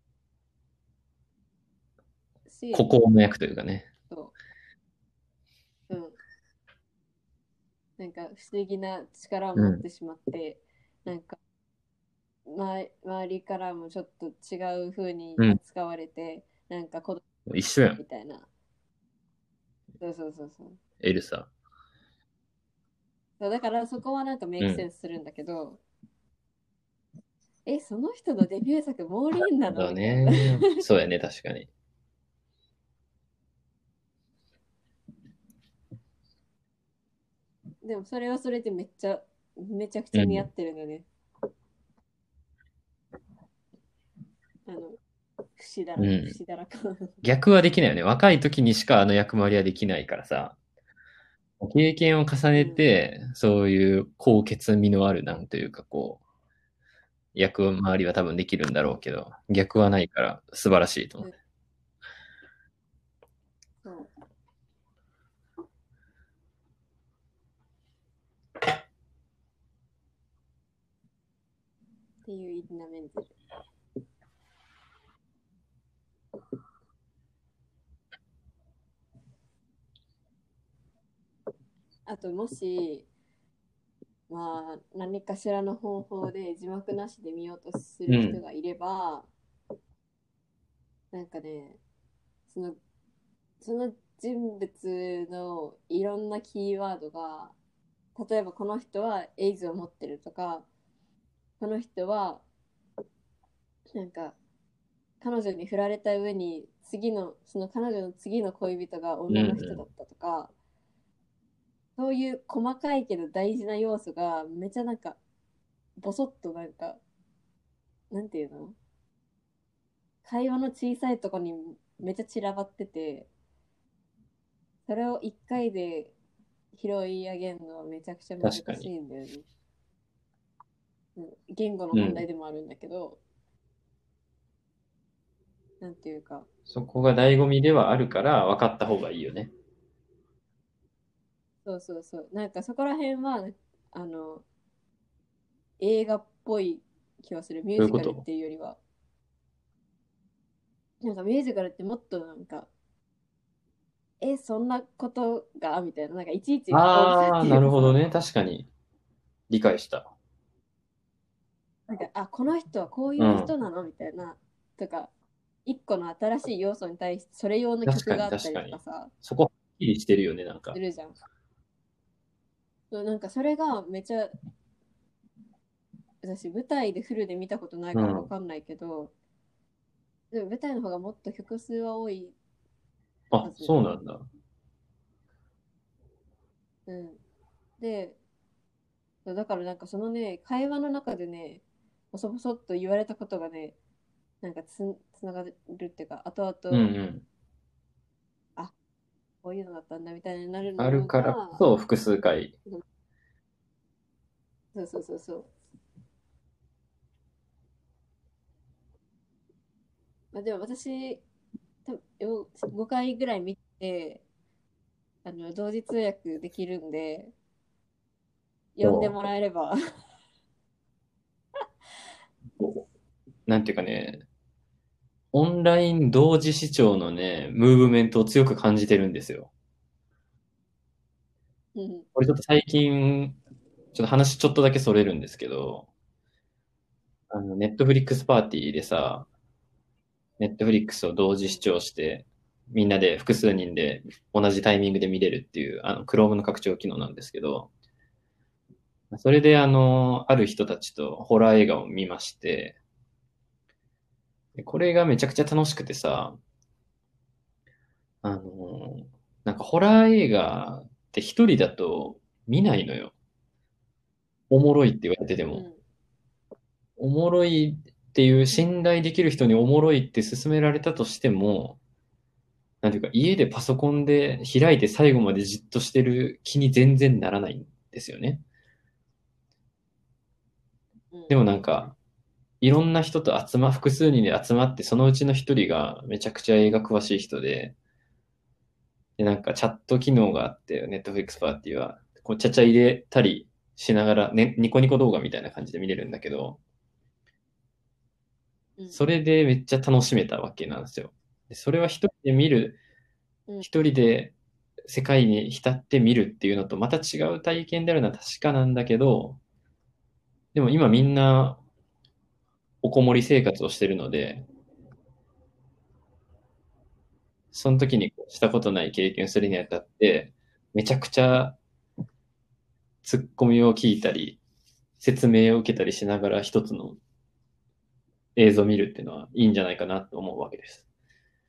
[SPEAKER 2] し、
[SPEAKER 1] 孤高の役というかね。
[SPEAKER 2] そう、うん。なんか不思議な力を
[SPEAKER 1] うん。
[SPEAKER 2] 持ってしまって、なんか、周りからもちょっと違う風に
[SPEAKER 1] うん。
[SPEAKER 2] 扱われて、なんか子供
[SPEAKER 1] 一緒やん。
[SPEAKER 2] みたいな。そうそうそうそう。
[SPEAKER 1] エルサ。
[SPEAKER 2] そうだからそこはなんかメイクセ
[SPEAKER 1] うん。
[SPEAKER 2] ンスするんだけど、その人のデビュー作モーリーンなの
[SPEAKER 1] だ
[SPEAKER 2] みたいな。
[SPEAKER 1] ね。そうやね、確かに。
[SPEAKER 2] でもそれはそれでめちゃくちゃ似合っ
[SPEAKER 1] うん。
[SPEAKER 2] てるのね。あの、不
[SPEAKER 1] うん。
[SPEAKER 2] 死だらか。
[SPEAKER 1] 逆はできないよね。若い時にしかあの役回りはできないからさ。経験を重ね
[SPEAKER 2] うん。
[SPEAKER 1] て、そういう高潔味のある、なんというかこう、役回りは多分できるんだろうけど、逆はないから素晴らしいと思う。
[SPEAKER 2] うん、そう。っていうインナメンゼル。あと、もし、まあ、何かしらの方法で字幕なしで見ようとする人
[SPEAKER 1] うん。
[SPEAKER 2] がいれば、なんかね、その、その人物のいろんなキーワードが、例えばこの人はエイズを持ってるとか、この人は、なんか、彼女に振られた上に、その彼女の次の恋人が
[SPEAKER 1] うんう
[SPEAKER 2] 女の人だっ
[SPEAKER 1] ん。
[SPEAKER 2] たとか、そういう細かいけど大事な要素がめちゃなんか、ボソッとなんか、なんていうの、会話の小さいとこにめっちゃ散らばってて、それを一回で拾い上げるのはめちゃくちゃ難し
[SPEAKER 1] 確かに。
[SPEAKER 2] いんだよね。うん、言語の
[SPEAKER 1] うん。
[SPEAKER 2] 問題でもあるんだけど、なんていうか、
[SPEAKER 1] そこが醍醐味ではあるから分かった方がいいよね。
[SPEAKER 2] そうそうそう。なんかそこら辺は、あの、映画っぽい気がする。ミュージカルっ
[SPEAKER 1] どういうこと？
[SPEAKER 2] ていうよりは。なんかミュージカルってもっとなんか、そんなことがみたいな、なんかいちいち深掘りさ
[SPEAKER 1] ああー、
[SPEAKER 2] っていうかさ、
[SPEAKER 1] なるほどね。確かに。理解した。
[SPEAKER 2] なんか、この人はこういう
[SPEAKER 1] うん。
[SPEAKER 2] 人なのみたいな、とか、一個の新しい要素に対してそれ用の
[SPEAKER 1] 確かに、
[SPEAKER 2] 曲があった
[SPEAKER 1] 確かに。
[SPEAKER 2] りとかさ、
[SPEAKER 1] そこ、はっきりしてるよね、なんか。
[SPEAKER 2] するじゃん。なんかそれがめちゃ、私舞台でフルで見たことない
[SPEAKER 1] うん。
[SPEAKER 2] からわかんないけど、でも舞台の方がもっと曲数は多いは
[SPEAKER 1] あ、
[SPEAKER 2] ず。
[SPEAKER 1] そうなんだ。
[SPEAKER 2] うん。で、だからなんかそのね、会話の中でね、ボソボソっと言われたことがね、なんかつながるっていうか、後
[SPEAKER 1] うんう
[SPEAKER 2] 々、
[SPEAKER 1] ん。
[SPEAKER 2] あ、こういうのだったんだみたいになる
[SPEAKER 1] ある
[SPEAKER 2] の
[SPEAKER 1] からこ
[SPEAKER 2] が、
[SPEAKER 1] そ複数回。
[SPEAKER 2] そうそうそうそう。まあ、でも私、5回ぐらい見て、同時通訳できるんで、呼んで
[SPEAKER 1] そ
[SPEAKER 2] もらえれば。
[SPEAKER 1] う。なんていうかね、オンライン同時視聴のね、ムーブメントを強く感じてるんですよ。
[SPEAKER 2] うん。
[SPEAKER 1] これちょっと最近、ちょっと話ちょっとだけそれるんですけど、ネットフリックスパーティーでさ、ネットフリックスを同時視聴して、みんなで複数人で同じタイミングで見れるっていう、Chrome の拡張機能なんですけど、 それである人たちとホラー映画を見まして、でこれがめちゃくちゃ楽しくてさ、あの、なんかホラー映画って一人だと見ないのよ。おもろいって言われてても。
[SPEAKER 2] うん。
[SPEAKER 1] おもろいっていう信頼できる人におもろいって勧められたとしても、なんていうか家でパソコンで開いて最後までじっとしてる気に全然ならないんですよね。
[SPEAKER 2] うん。
[SPEAKER 1] でもなんか、いろんな人と複数人で集まって、そのうちの一人がめちゃくちゃ映画詳しい人で、なんかチャット機能があって、ネットフリックスパーティーは、こう、ちゃちゃ入れたりしながら、ね、ニコニコ動画みたいな感じで見れるんだけど、
[SPEAKER 2] うん。
[SPEAKER 1] それでめっちゃ楽しめたわけなんですよ。でそれは
[SPEAKER 2] うん。
[SPEAKER 1] 一人で世界に浸って見るっていうのとまた違う体験であるのは確かなんだけど、でも今みんなおこもり生活をしてるので、その時にしたことない経験をするにあたって、めちゃくちゃツッコミを聞いたり、説明を受けたりしながら一つの映像を見るっていうのはいいんじゃないかなと思うわけです。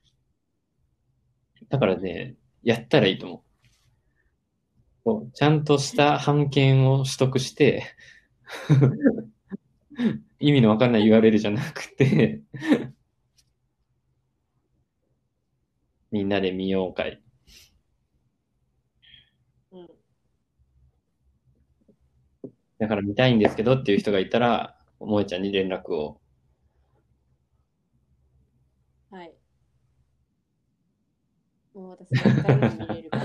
[SPEAKER 1] だから
[SPEAKER 2] うん。
[SPEAKER 1] ね、やったらいいと思う。こうちゃんとした版権を取得して、意味のわかんない URL じゃなくて、みんなで見ようかい。
[SPEAKER 2] うん。
[SPEAKER 1] だから見たいんですけどっていう人がいたら、萌ちゃんに連絡を。
[SPEAKER 2] はい。もう私何回でも見れるから。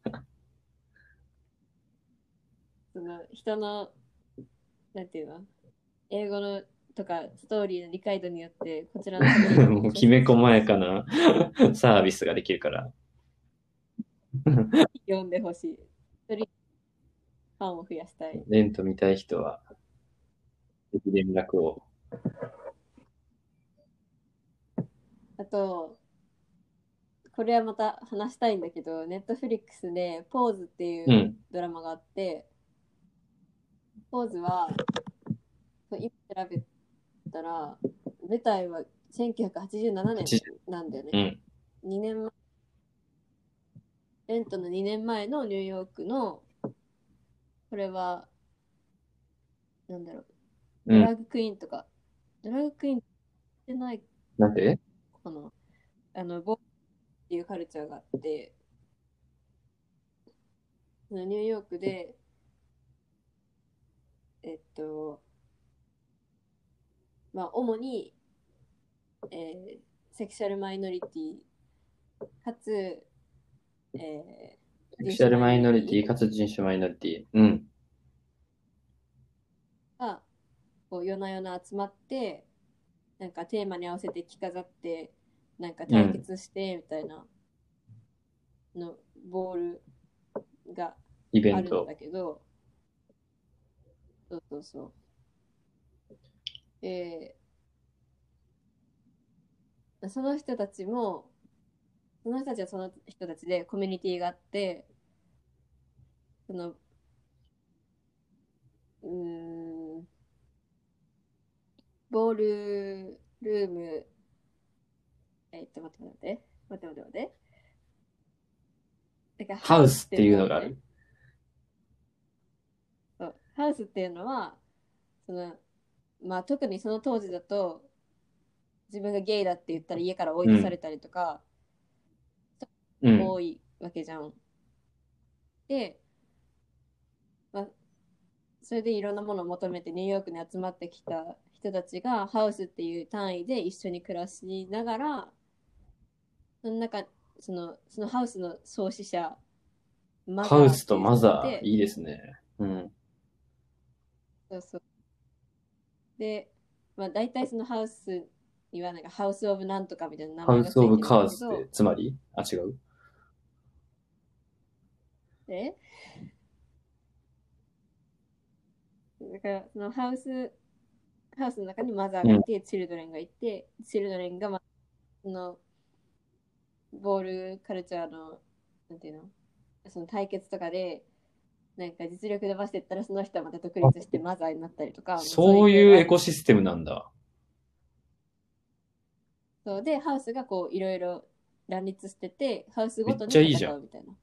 [SPEAKER 2] その人の、なんていうの、英語のとかストーリーの理解度によってこちらの作品も
[SPEAKER 1] もうき
[SPEAKER 2] 調
[SPEAKER 1] め細
[SPEAKER 2] 節します。
[SPEAKER 1] やかなサービスができるから。
[SPEAKER 2] 読んでほしい。一人ファンを増やしたい。
[SPEAKER 1] レント見たい人は、ぜひ連絡を。
[SPEAKER 2] あと、これはまた話したいんだけど、ネットフリックスでポーズっていう
[SPEAKER 1] うん。
[SPEAKER 2] ドラマがあって、ポーズは今調べたら、舞台は1987年
[SPEAKER 1] 80、
[SPEAKER 2] なんだよね。
[SPEAKER 1] うん。
[SPEAKER 2] 2年前、レントの2年前のニューヨークの、これは、なんだろう、
[SPEAKER 1] うん。
[SPEAKER 2] ドラッグクイーンとか、ドラッグクイーンってない
[SPEAKER 1] なんで
[SPEAKER 2] かな、ボーっていうカルチャーがあって、ニューヨークで、えっと、まあ、主に、セクシャルマイノリティかつ、
[SPEAKER 1] セク
[SPEAKER 2] 人種マイ
[SPEAKER 1] シャルマイ
[SPEAKER 2] ノリティ
[SPEAKER 1] ノリティかつ人種マイノリティ。うん。
[SPEAKER 2] がこう夜な夜な集まって、なんかテーマに合わせて着飾って、なんか対
[SPEAKER 1] うん。
[SPEAKER 2] 決してみたいなのボールが
[SPEAKER 1] イベ
[SPEAKER 2] あるん
[SPEAKER 1] ント。
[SPEAKER 2] だけど、そうそうそう。えその人たちも、その人たちはその人たちでコミュニティがあって、その、うーん、ボールルーム、待って待って、待って待って待って。だから
[SPEAKER 1] ハ
[SPEAKER 2] ハウスっていう
[SPEAKER 1] ウスって
[SPEAKER 2] のがあるのね。
[SPEAKER 1] いうのがある。
[SPEAKER 2] そう、ハウスっていうのは、その、まあ特にその当時だと、自分がゲイだって言ったら家から追い
[SPEAKER 1] うん。
[SPEAKER 2] 出されたりとか、
[SPEAKER 1] うん。
[SPEAKER 2] 多いわけじゃん。で、まあ、それでいろんなものを求めてニューヨークに集まってきた人たちがハウスっていう単位で一緒に暮らしながら、その中、そのハウスの創始者、マ
[SPEAKER 1] ハウ
[SPEAKER 2] ザーっていう
[SPEAKER 1] スとマ
[SPEAKER 2] 人がいて、
[SPEAKER 1] ザー、いいですね。うん。
[SPEAKER 2] そうそう。で、まあ、大体そのハウスにはなんかハウス・オブ・なんとかみたいな名
[SPEAKER 1] ハウス・オブ・
[SPEAKER 2] 前がついてるん
[SPEAKER 1] カーズって、
[SPEAKER 2] だけど、
[SPEAKER 1] つまりあ、違う。
[SPEAKER 2] で、だからそのハウスの中にマザー
[SPEAKER 1] うん。
[SPEAKER 2] がいて、チルドレンがいて、チルドレンが、まあ、そのボールカルチャーの、なんていうの、その対決とかで、 なんか実力伸ばしていったらその人はまた独立してマザーになったりとか、
[SPEAKER 1] そういうエコ
[SPEAKER 2] シ
[SPEAKER 1] システムなんだ。
[SPEAKER 2] そうで、ハウスがこういろいろ乱立してて、ハウスごとに
[SPEAKER 1] めっちゃいいじゃん。
[SPEAKER 2] 戦うみたいな。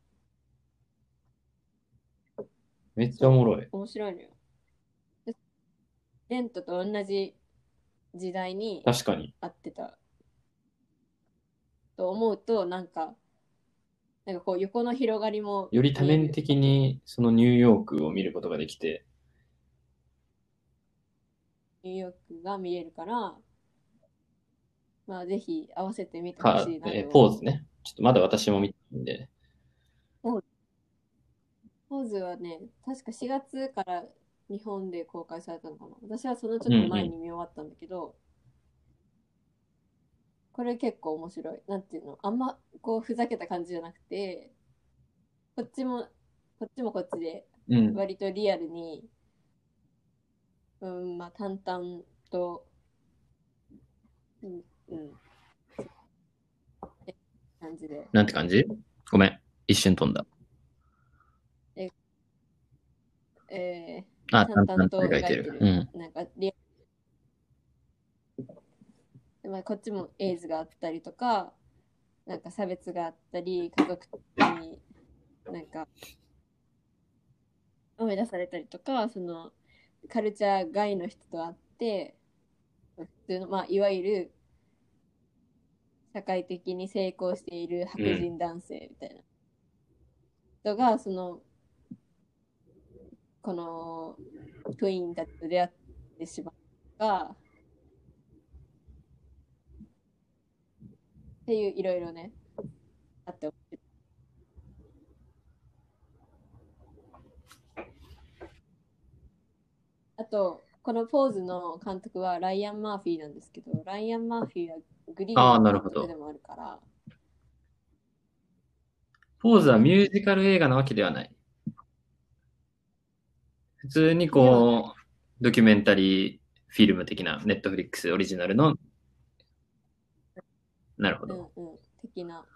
[SPEAKER 1] めっちゃおも
[SPEAKER 2] そ
[SPEAKER 1] ろい。
[SPEAKER 2] う、面白いのよ。でレントと同じ時代に
[SPEAKER 1] 確かに。
[SPEAKER 2] 会ってたと思うと、なんかこう横の広がりも
[SPEAKER 1] より多面
[SPEAKER 2] 見えるよ。
[SPEAKER 1] 的にそのニューヨークを見ることができて、
[SPEAKER 2] ニューヨークが見えるから、まあぜひ合わせてみてほしいなと思う。
[SPEAKER 1] ポーズね。ちょっとまだ私も見てるんで。
[SPEAKER 2] ポーズポーズはね、確か4月から日本で公開されたのかな。私はそのちょっと前に見終わったんだけど、これ結構面白い。なんていうの、あんまこうふざけた感じじゃなくて、こっちも、こっちもこっちで、
[SPEAKER 1] うん。
[SPEAKER 2] 割とリアルに、まあ淡々と、うん、って感じで。
[SPEAKER 1] なんて感じ？ごめん。一瞬飛んだ。
[SPEAKER 2] え、え
[SPEAKER 1] あ、
[SPEAKER 2] 淡
[SPEAKER 1] 淡々と
[SPEAKER 2] 々と
[SPEAKER 1] 描いてる。う
[SPEAKER 2] 描いてる。
[SPEAKER 1] ん。
[SPEAKER 2] なんかリアまあ、こっちもエイズがあったりとか、なんか差別があったり、家族になんか追い出されたりとか、そのカルチャー外の人と会って、普通の、まあ、いわゆる社会的に成功している白人男性みたいな人が、このトゥインたちと出会ってしまうとか、っていういろいろね、あって面白い。あと、このポーズの監督はライアン・マーフィーなんですけど、ライアン・マーフィーはグリーン
[SPEAKER 1] ああ、
[SPEAKER 2] の
[SPEAKER 1] なるほど。
[SPEAKER 2] 監督でもあるから、
[SPEAKER 1] ポーズはミュージカル映画なわけではない。普通に
[SPEAKER 2] では、
[SPEAKER 1] こう、ドキュメンタリーフィルム的な、ネットフリックスオリジナルの、なるほど。
[SPEAKER 2] 的な。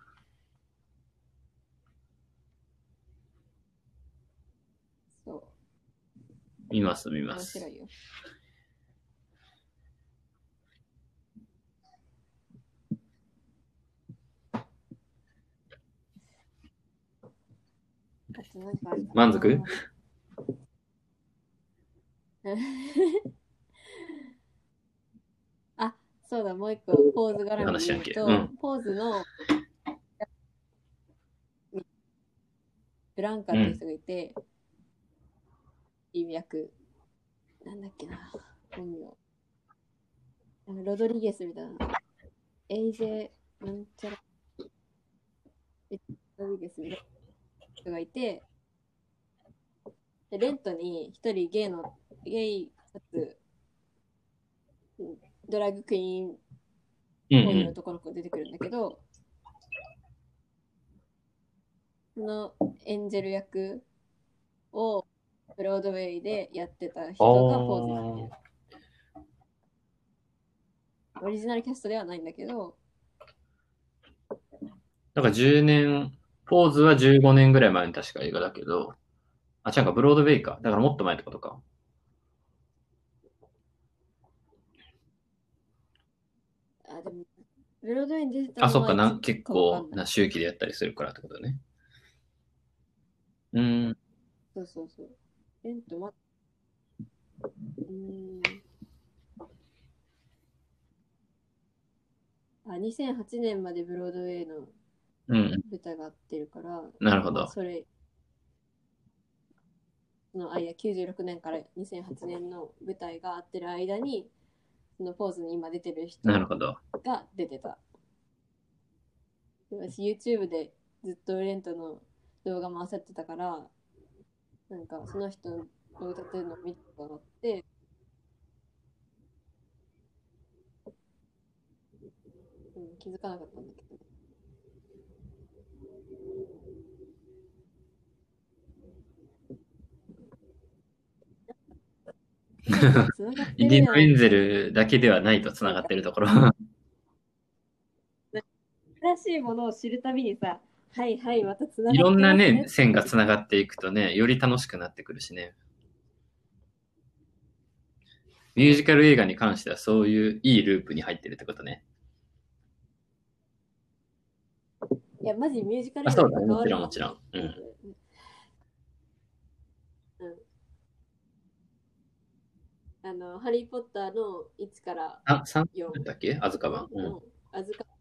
[SPEAKER 2] そ
[SPEAKER 1] 見ます、見
[SPEAKER 2] う、
[SPEAKER 1] ます。
[SPEAKER 2] 面白いよ。あとなんかあるか
[SPEAKER 1] 満足？
[SPEAKER 2] な。あ、そうだ、もう一個、ポーズ絡みで
[SPEAKER 1] 話やんけ。う
[SPEAKER 2] 言うと、
[SPEAKER 1] ん。
[SPEAKER 2] ポーズのブランカっていう
[SPEAKER 1] うん。
[SPEAKER 2] 人がいて、いい役、なんだっけな、本名。ロドリゲスみたいな、AJ なんちゃら、ロドリゲスみたいな人がいて、でレントに一人ゲイかつドラッグクイーンっぽい
[SPEAKER 1] うん
[SPEAKER 2] 男の子が出てくるんだけど、そのエンジェル役をブロードウェイでやってた
[SPEAKER 1] う
[SPEAKER 2] 人がポーズになって
[SPEAKER 1] ん。
[SPEAKER 2] る。オリジナルキャストではないんだけど、
[SPEAKER 1] なんか10年、ポーズは15年ぐらい前に確か映画だけど、あ、違うか、ブロードウェイか。だからもっと前ってことか。
[SPEAKER 2] でも、ブロードウェイに出てた
[SPEAKER 1] あ、そっかな、
[SPEAKER 2] のはいつ
[SPEAKER 1] 結
[SPEAKER 2] かわかんない。
[SPEAKER 1] 構な周期でやったりするからってことね。うん。
[SPEAKER 2] そうそうそう。ま、うーん。2008年までブロードウェイの
[SPEAKER 1] うん。
[SPEAKER 2] 舞台があってるから、まあ、
[SPEAKER 1] なるほど。
[SPEAKER 2] その間、96年から2008年の舞台があってる間に、そのポーズに今出てる人
[SPEAKER 1] なるほど。
[SPEAKER 2] が出てた。私 YouTube でずっとレントの動画回されてたから、なんかその人の歌ってるのを見たことがあって、気づかなかったんだけど。なんか繋がって
[SPEAKER 1] イディ・
[SPEAKER 2] るやん。
[SPEAKER 1] ノエンゼルだけではないと繋がってるところ。
[SPEAKER 2] 新しいものを知るたびにさ、 はいはい、またつないが
[SPEAKER 1] ろんな
[SPEAKER 2] ってますね
[SPEAKER 1] ね、線がつながっていくとね、より楽しくなってくるしね。ミュージカル映画に関してはそういういいループに入ってるってことね。
[SPEAKER 2] いや、マジミュージカル
[SPEAKER 1] あ、
[SPEAKER 2] 映画に
[SPEAKER 1] そうだね。も
[SPEAKER 2] 関わるわ。
[SPEAKER 1] ちろんもちろん。うん。
[SPEAKER 2] うん。ハリー・ポッターの1から
[SPEAKER 1] あ、3
[SPEAKER 2] 4
[SPEAKER 1] だっけアズカバン。うん。
[SPEAKER 2] の預か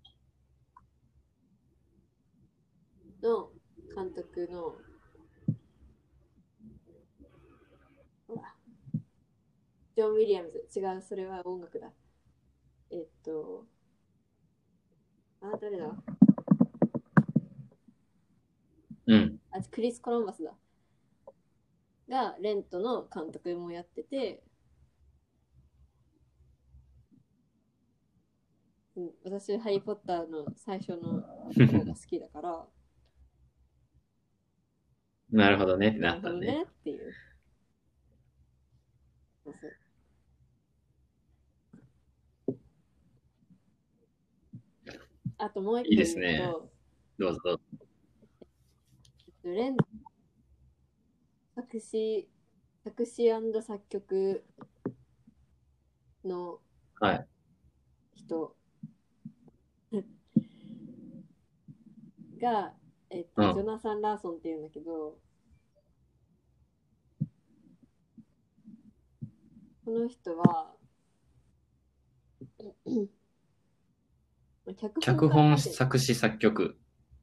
[SPEAKER 2] の監督の、ほら、ジョン・ウィリアムズ。違う、それは音楽だ。誰だ
[SPEAKER 1] うん。
[SPEAKER 2] クリス・コロンバスだ。が、レントの監督もやってて、うん、私、ハリー・ポッターの最初の方が好きだから、
[SPEAKER 1] なるほどねって
[SPEAKER 2] なるほど
[SPEAKER 1] なったね。
[SPEAKER 2] ねっていう。そうそう。あともう一
[SPEAKER 1] いい
[SPEAKER 2] 個
[SPEAKER 1] ですね。
[SPEAKER 2] 言うと、
[SPEAKER 1] どうぞどうぞ。
[SPEAKER 2] レン作詞、作詞作曲の
[SPEAKER 1] はい。
[SPEAKER 2] 人が、ジョ
[SPEAKER 1] うん。
[SPEAKER 2] ナサン・ラーソンっていうんだけど、この人は、脚本
[SPEAKER 1] 脚本、
[SPEAKER 2] 家らしい。
[SPEAKER 1] 作詞、作曲。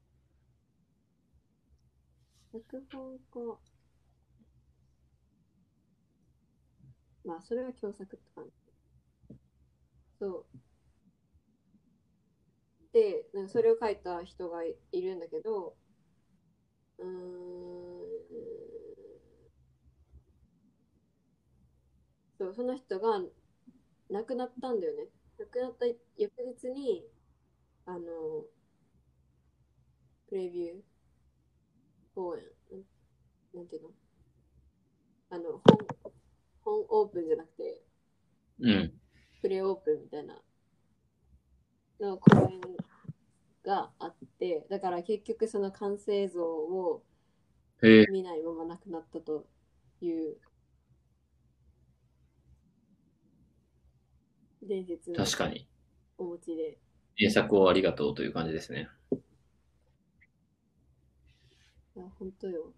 [SPEAKER 2] 脚本家、まあ、それは共作って感じ。そう。で、なんかそれを書いた人がいるんだけど、うーん、そう、その人が亡くなったんだよね。亡くなった翌日に、あの、プレビュー公演、なんていうのあの、本オープンじゃなくて、
[SPEAKER 1] うん。
[SPEAKER 2] プレオープンみたいなの公演があって、だから結局その完成像を
[SPEAKER 1] へえ、
[SPEAKER 2] 見ないまま亡くなったという伝説を
[SPEAKER 1] 確かに。
[SPEAKER 2] お持ちで、
[SPEAKER 1] 名作をありがとうという感じですね。
[SPEAKER 2] いや、本当よ。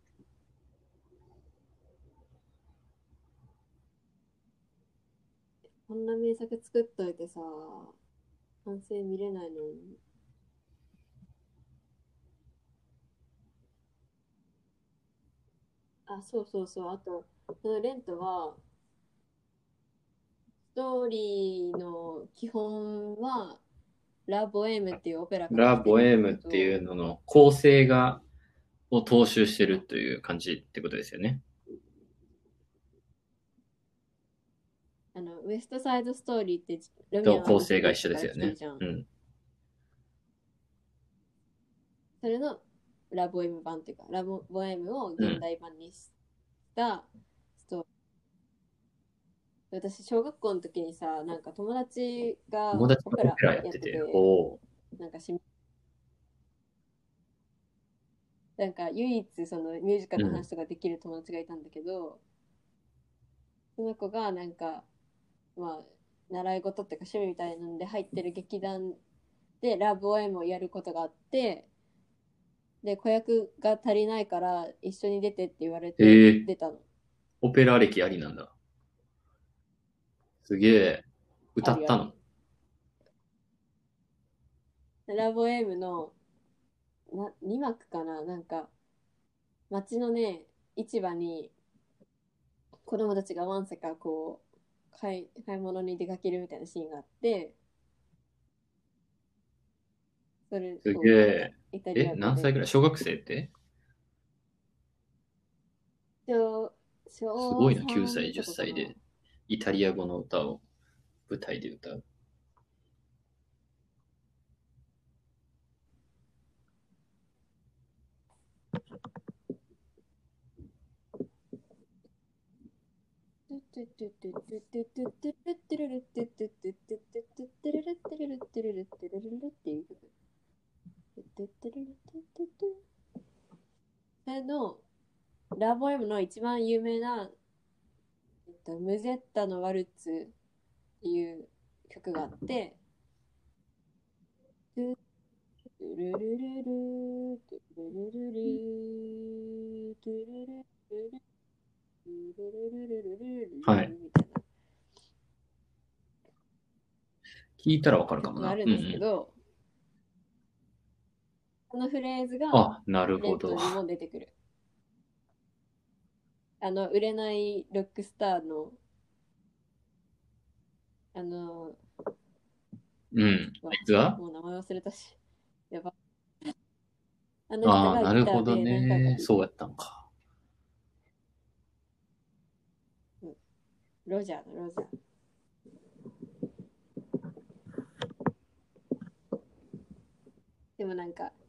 [SPEAKER 2] こんな名作作っといてさ、完成見れないのに。あ、そうそうそう。あと、そのレントは、ストーリーの基本は、ラ・ボエームっていうオペラから
[SPEAKER 1] ラ・
[SPEAKER 2] 来てるんだ
[SPEAKER 1] ボエームってい
[SPEAKER 2] けど、
[SPEAKER 1] うのの構成を踏襲してるという感じってことですよね。
[SPEAKER 2] ウエストサイドストーリーってロミ
[SPEAKER 1] と構
[SPEAKER 2] オジュ
[SPEAKER 1] 成が一緒
[SPEAKER 2] リエットから
[SPEAKER 1] ですよね。
[SPEAKER 2] 来てるじゃん。
[SPEAKER 1] うん。
[SPEAKER 2] それのラ・ボエム版っていうか、ラ・ボエムを現
[SPEAKER 1] うん。
[SPEAKER 2] 代版にしたストーリー。私、小学校の時にさ、なんか友達が
[SPEAKER 1] 友達
[SPEAKER 2] オペラ
[SPEAKER 1] とオペラやっ
[SPEAKER 2] やっ
[SPEAKER 1] てて、
[SPEAKER 2] てて、
[SPEAKER 1] お
[SPEAKER 2] なんかなんか唯一そのミュージカルの
[SPEAKER 1] うん。
[SPEAKER 2] 話とかできる友達がいたんだけど、その子がなんか、まあ、習い事っていうか趣味みたいなんで入ってる劇団でラブオエムをやることがあって、で、子役が足りないから一緒に出てって言われて
[SPEAKER 1] へえ、
[SPEAKER 2] 出たの。
[SPEAKER 1] オペラ歴ありなんだ。すげえ。
[SPEAKER 2] あるある。
[SPEAKER 1] 歌ったの？
[SPEAKER 2] ラブオエムの2幕かな、なんか街のね、市場に子供たちがわんさかこう買い物に出かけるみたいなシーンがあって、それ
[SPEAKER 1] すげ
[SPEAKER 2] を歌った。
[SPEAKER 1] え。
[SPEAKER 2] イタリ
[SPEAKER 1] え、
[SPEAKER 2] ア語で。
[SPEAKER 1] 何歳ぐらい？小学生って？
[SPEAKER 2] 小、小
[SPEAKER 1] すごいな、9歳、
[SPEAKER 2] 3と
[SPEAKER 1] 10
[SPEAKER 2] かかな。
[SPEAKER 1] 歳でイタリア語の歌を舞台で歌う。
[SPEAKER 2] っていう曲。 それのラボエムの一番有名な、ムゼッタのワルツっていう曲があって、ルルルルルルルルルルル
[SPEAKER 1] はい。
[SPEAKER 2] みたいな
[SPEAKER 1] 聞いたらわかるかもな。
[SPEAKER 2] 曲があるんですけ
[SPEAKER 1] うんうん。
[SPEAKER 2] ど、このフレーズが
[SPEAKER 1] あ、なるほど。
[SPEAKER 2] レントにも出てくる。売れないロックスターの、あの、
[SPEAKER 1] うん。あいつが
[SPEAKER 2] もう名前忘れたし、やば。あの人
[SPEAKER 1] ああ、
[SPEAKER 2] がギター
[SPEAKER 1] なるほど
[SPEAKER 2] で何回か
[SPEAKER 1] ね。そうやったんか。
[SPEAKER 2] ロジャーのロジャー。でもなんか、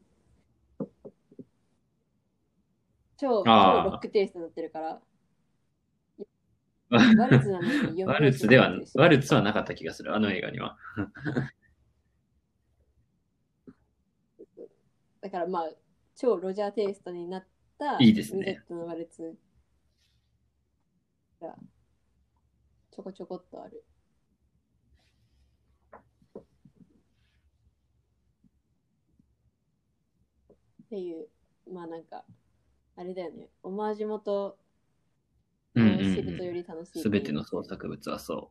[SPEAKER 2] 超ロッ
[SPEAKER 1] あ
[SPEAKER 2] クテイストになってるから、
[SPEAKER 1] あ。
[SPEAKER 2] ワルツなのに読み
[SPEAKER 1] ワ
[SPEAKER 2] 直し
[SPEAKER 1] ルツでは、
[SPEAKER 2] になってるし。
[SPEAKER 1] ワルツはなかった気がする。あの映画には。
[SPEAKER 2] だからまあ、超ロジャーテイストになった
[SPEAKER 1] いいですね。
[SPEAKER 2] ミゼットのワルツがちょこちょこっとある。っていう、まあなんか、あれだよね。オマージュ元
[SPEAKER 1] うんうんう
[SPEAKER 2] を知るとよ
[SPEAKER 1] ん。
[SPEAKER 2] り楽しいっ
[SPEAKER 1] すべ
[SPEAKER 2] ていう
[SPEAKER 1] ての創作物はそ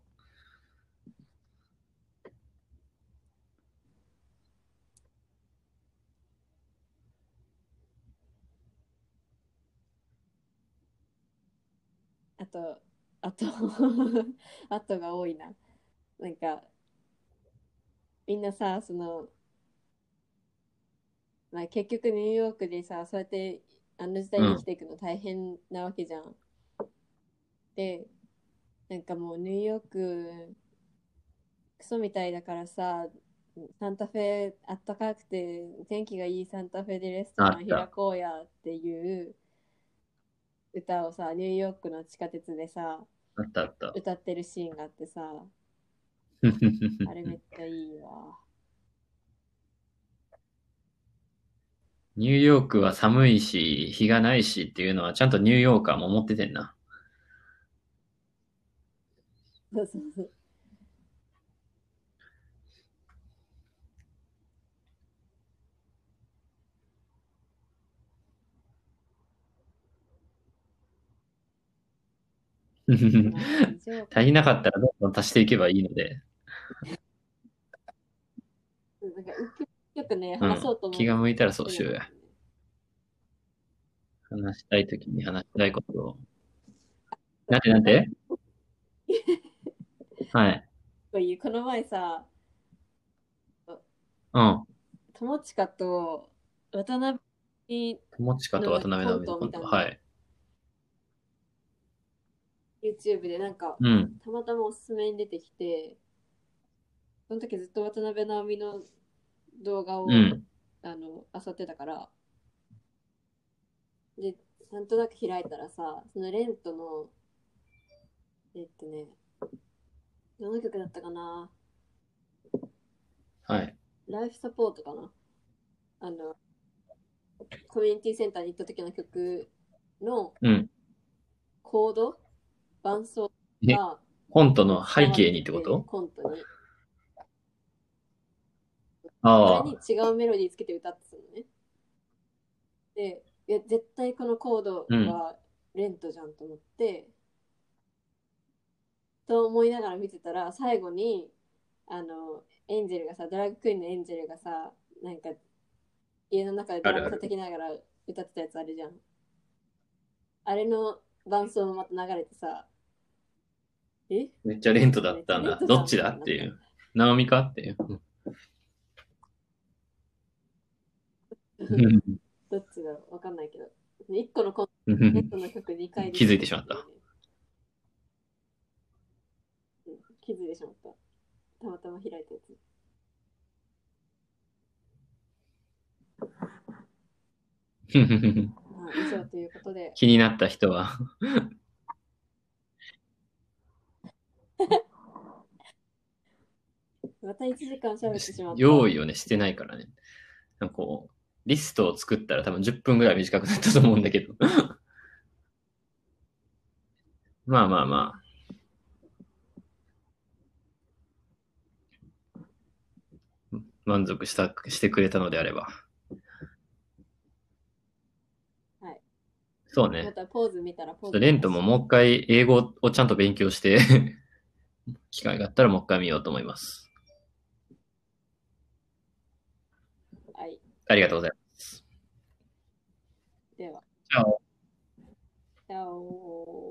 [SPEAKER 2] あと、あとあとが多いな。なんか、みんなさ、まあ、結局ニューヨークでさ、そうやってあの時代
[SPEAKER 1] う。う
[SPEAKER 2] に生き
[SPEAKER 1] ん。
[SPEAKER 2] ていくの大変なわけじゃん。で、なんかもうニューヨーククソみたいだからさ、サンタフェあったかくて天気がいいサンタフェでレストラン開
[SPEAKER 1] あった。
[SPEAKER 2] こうやっていう歌をさ、ニューヨークの地下鉄でさ、
[SPEAKER 1] あったあった。
[SPEAKER 2] 歌ってるシーンがあってさ、あれめっちゃいいわ。
[SPEAKER 1] ニューヨークは寒いし、日がないしっていうのはちゃんとニューヨーカーも思っててんな。
[SPEAKER 2] そうそうそう。まあ以上かな。
[SPEAKER 1] 足りなかったらどんどん足していけばいいので、
[SPEAKER 2] なんかよくね、
[SPEAKER 1] うん。
[SPEAKER 2] 話そうと思うんだけど、
[SPEAKER 1] 気が向いたらそう
[SPEAKER 2] 出
[SPEAKER 1] しようや。
[SPEAKER 2] てこないんだよね。
[SPEAKER 1] 話したいときに話したいことを。なんてなんてはい。
[SPEAKER 2] この前さ、
[SPEAKER 1] うん。
[SPEAKER 2] 友近と渡辺
[SPEAKER 1] 友近と
[SPEAKER 2] の
[SPEAKER 1] 渡辺
[SPEAKER 2] コント
[SPEAKER 1] 直美のコント。
[SPEAKER 2] を見たんだよ。
[SPEAKER 1] はい。
[SPEAKER 2] YouTube でなんか、
[SPEAKER 1] うん。
[SPEAKER 2] たまたまおすすめに出てきて、その時ずっと渡辺直美の動画を
[SPEAKER 1] うん。
[SPEAKER 2] 漁ってたから、で、なんとなく開いたらさ、そのレントの、えっとね、どの曲だったかな、
[SPEAKER 1] はい。
[SPEAKER 2] ライフサポートかな、あの、コミュニティセンターに行った時の曲の
[SPEAKER 1] うん。
[SPEAKER 2] コード、伴奏
[SPEAKER 1] え、
[SPEAKER 2] が
[SPEAKER 1] コントの
[SPEAKER 2] 使われ
[SPEAKER 1] 背景に
[SPEAKER 2] てて、
[SPEAKER 1] ってこと？
[SPEAKER 2] コントに。それ
[SPEAKER 1] ああ。
[SPEAKER 2] に違うメロディーつけて歌ってたのね。で、いや、絶対このコード
[SPEAKER 1] うん。
[SPEAKER 2] はレントじゃんと思って、と思いながら見てたら、最後に、エンジェルがさ、ドラッグクイーンのエンジェルがさ、なんか家の中でドラム
[SPEAKER 1] あるある。
[SPEAKER 2] 叩きながら歌ってたやつあるじゃん。あれの伴奏もまた流れてさ、え
[SPEAKER 1] めっちゃレントだ
[SPEAKER 2] めっちゃ
[SPEAKER 1] ったんだ。
[SPEAKER 2] レントじゃん
[SPEAKER 1] どっち
[SPEAKER 2] みたいになった。
[SPEAKER 1] だっていう。直美かっていう。うん
[SPEAKER 2] どっちだろうわかんないけど。1個のレントの曲2回出
[SPEAKER 1] 気づい
[SPEAKER 2] てく
[SPEAKER 1] てしまった。
[SPEAKER 2] るっていうね。うん、気づいてしまった。たまたま開いたやつ。まあ、以上ということで、
[SPEAKER 1] 気になった人は
[SPEAKER 2] また1時間喋ってしまった。
[SPEAKER 1] 用意をね、してないからね。なんかこう、 リストを作ったら多分10分ぐらい短くなったと思うんだけど。まあまあまあ。満足してくれたのであれば。
[SPEAKER 2] はい。
[SPEAKER 1] そうね。
[SPEAKER 2] またポーズ見たらポーズ
[SPEAKER 1] レントももう一回英語をちゃんと勉強して機会があったらもう一回見ようと思います。
[SPEAKER 2] はい。
[SPEAKER 1] ありがとうございます。
[SPEAKER 2] では。
[SPEAKER 1] じゃあ
[SPEAKER 2] チャオ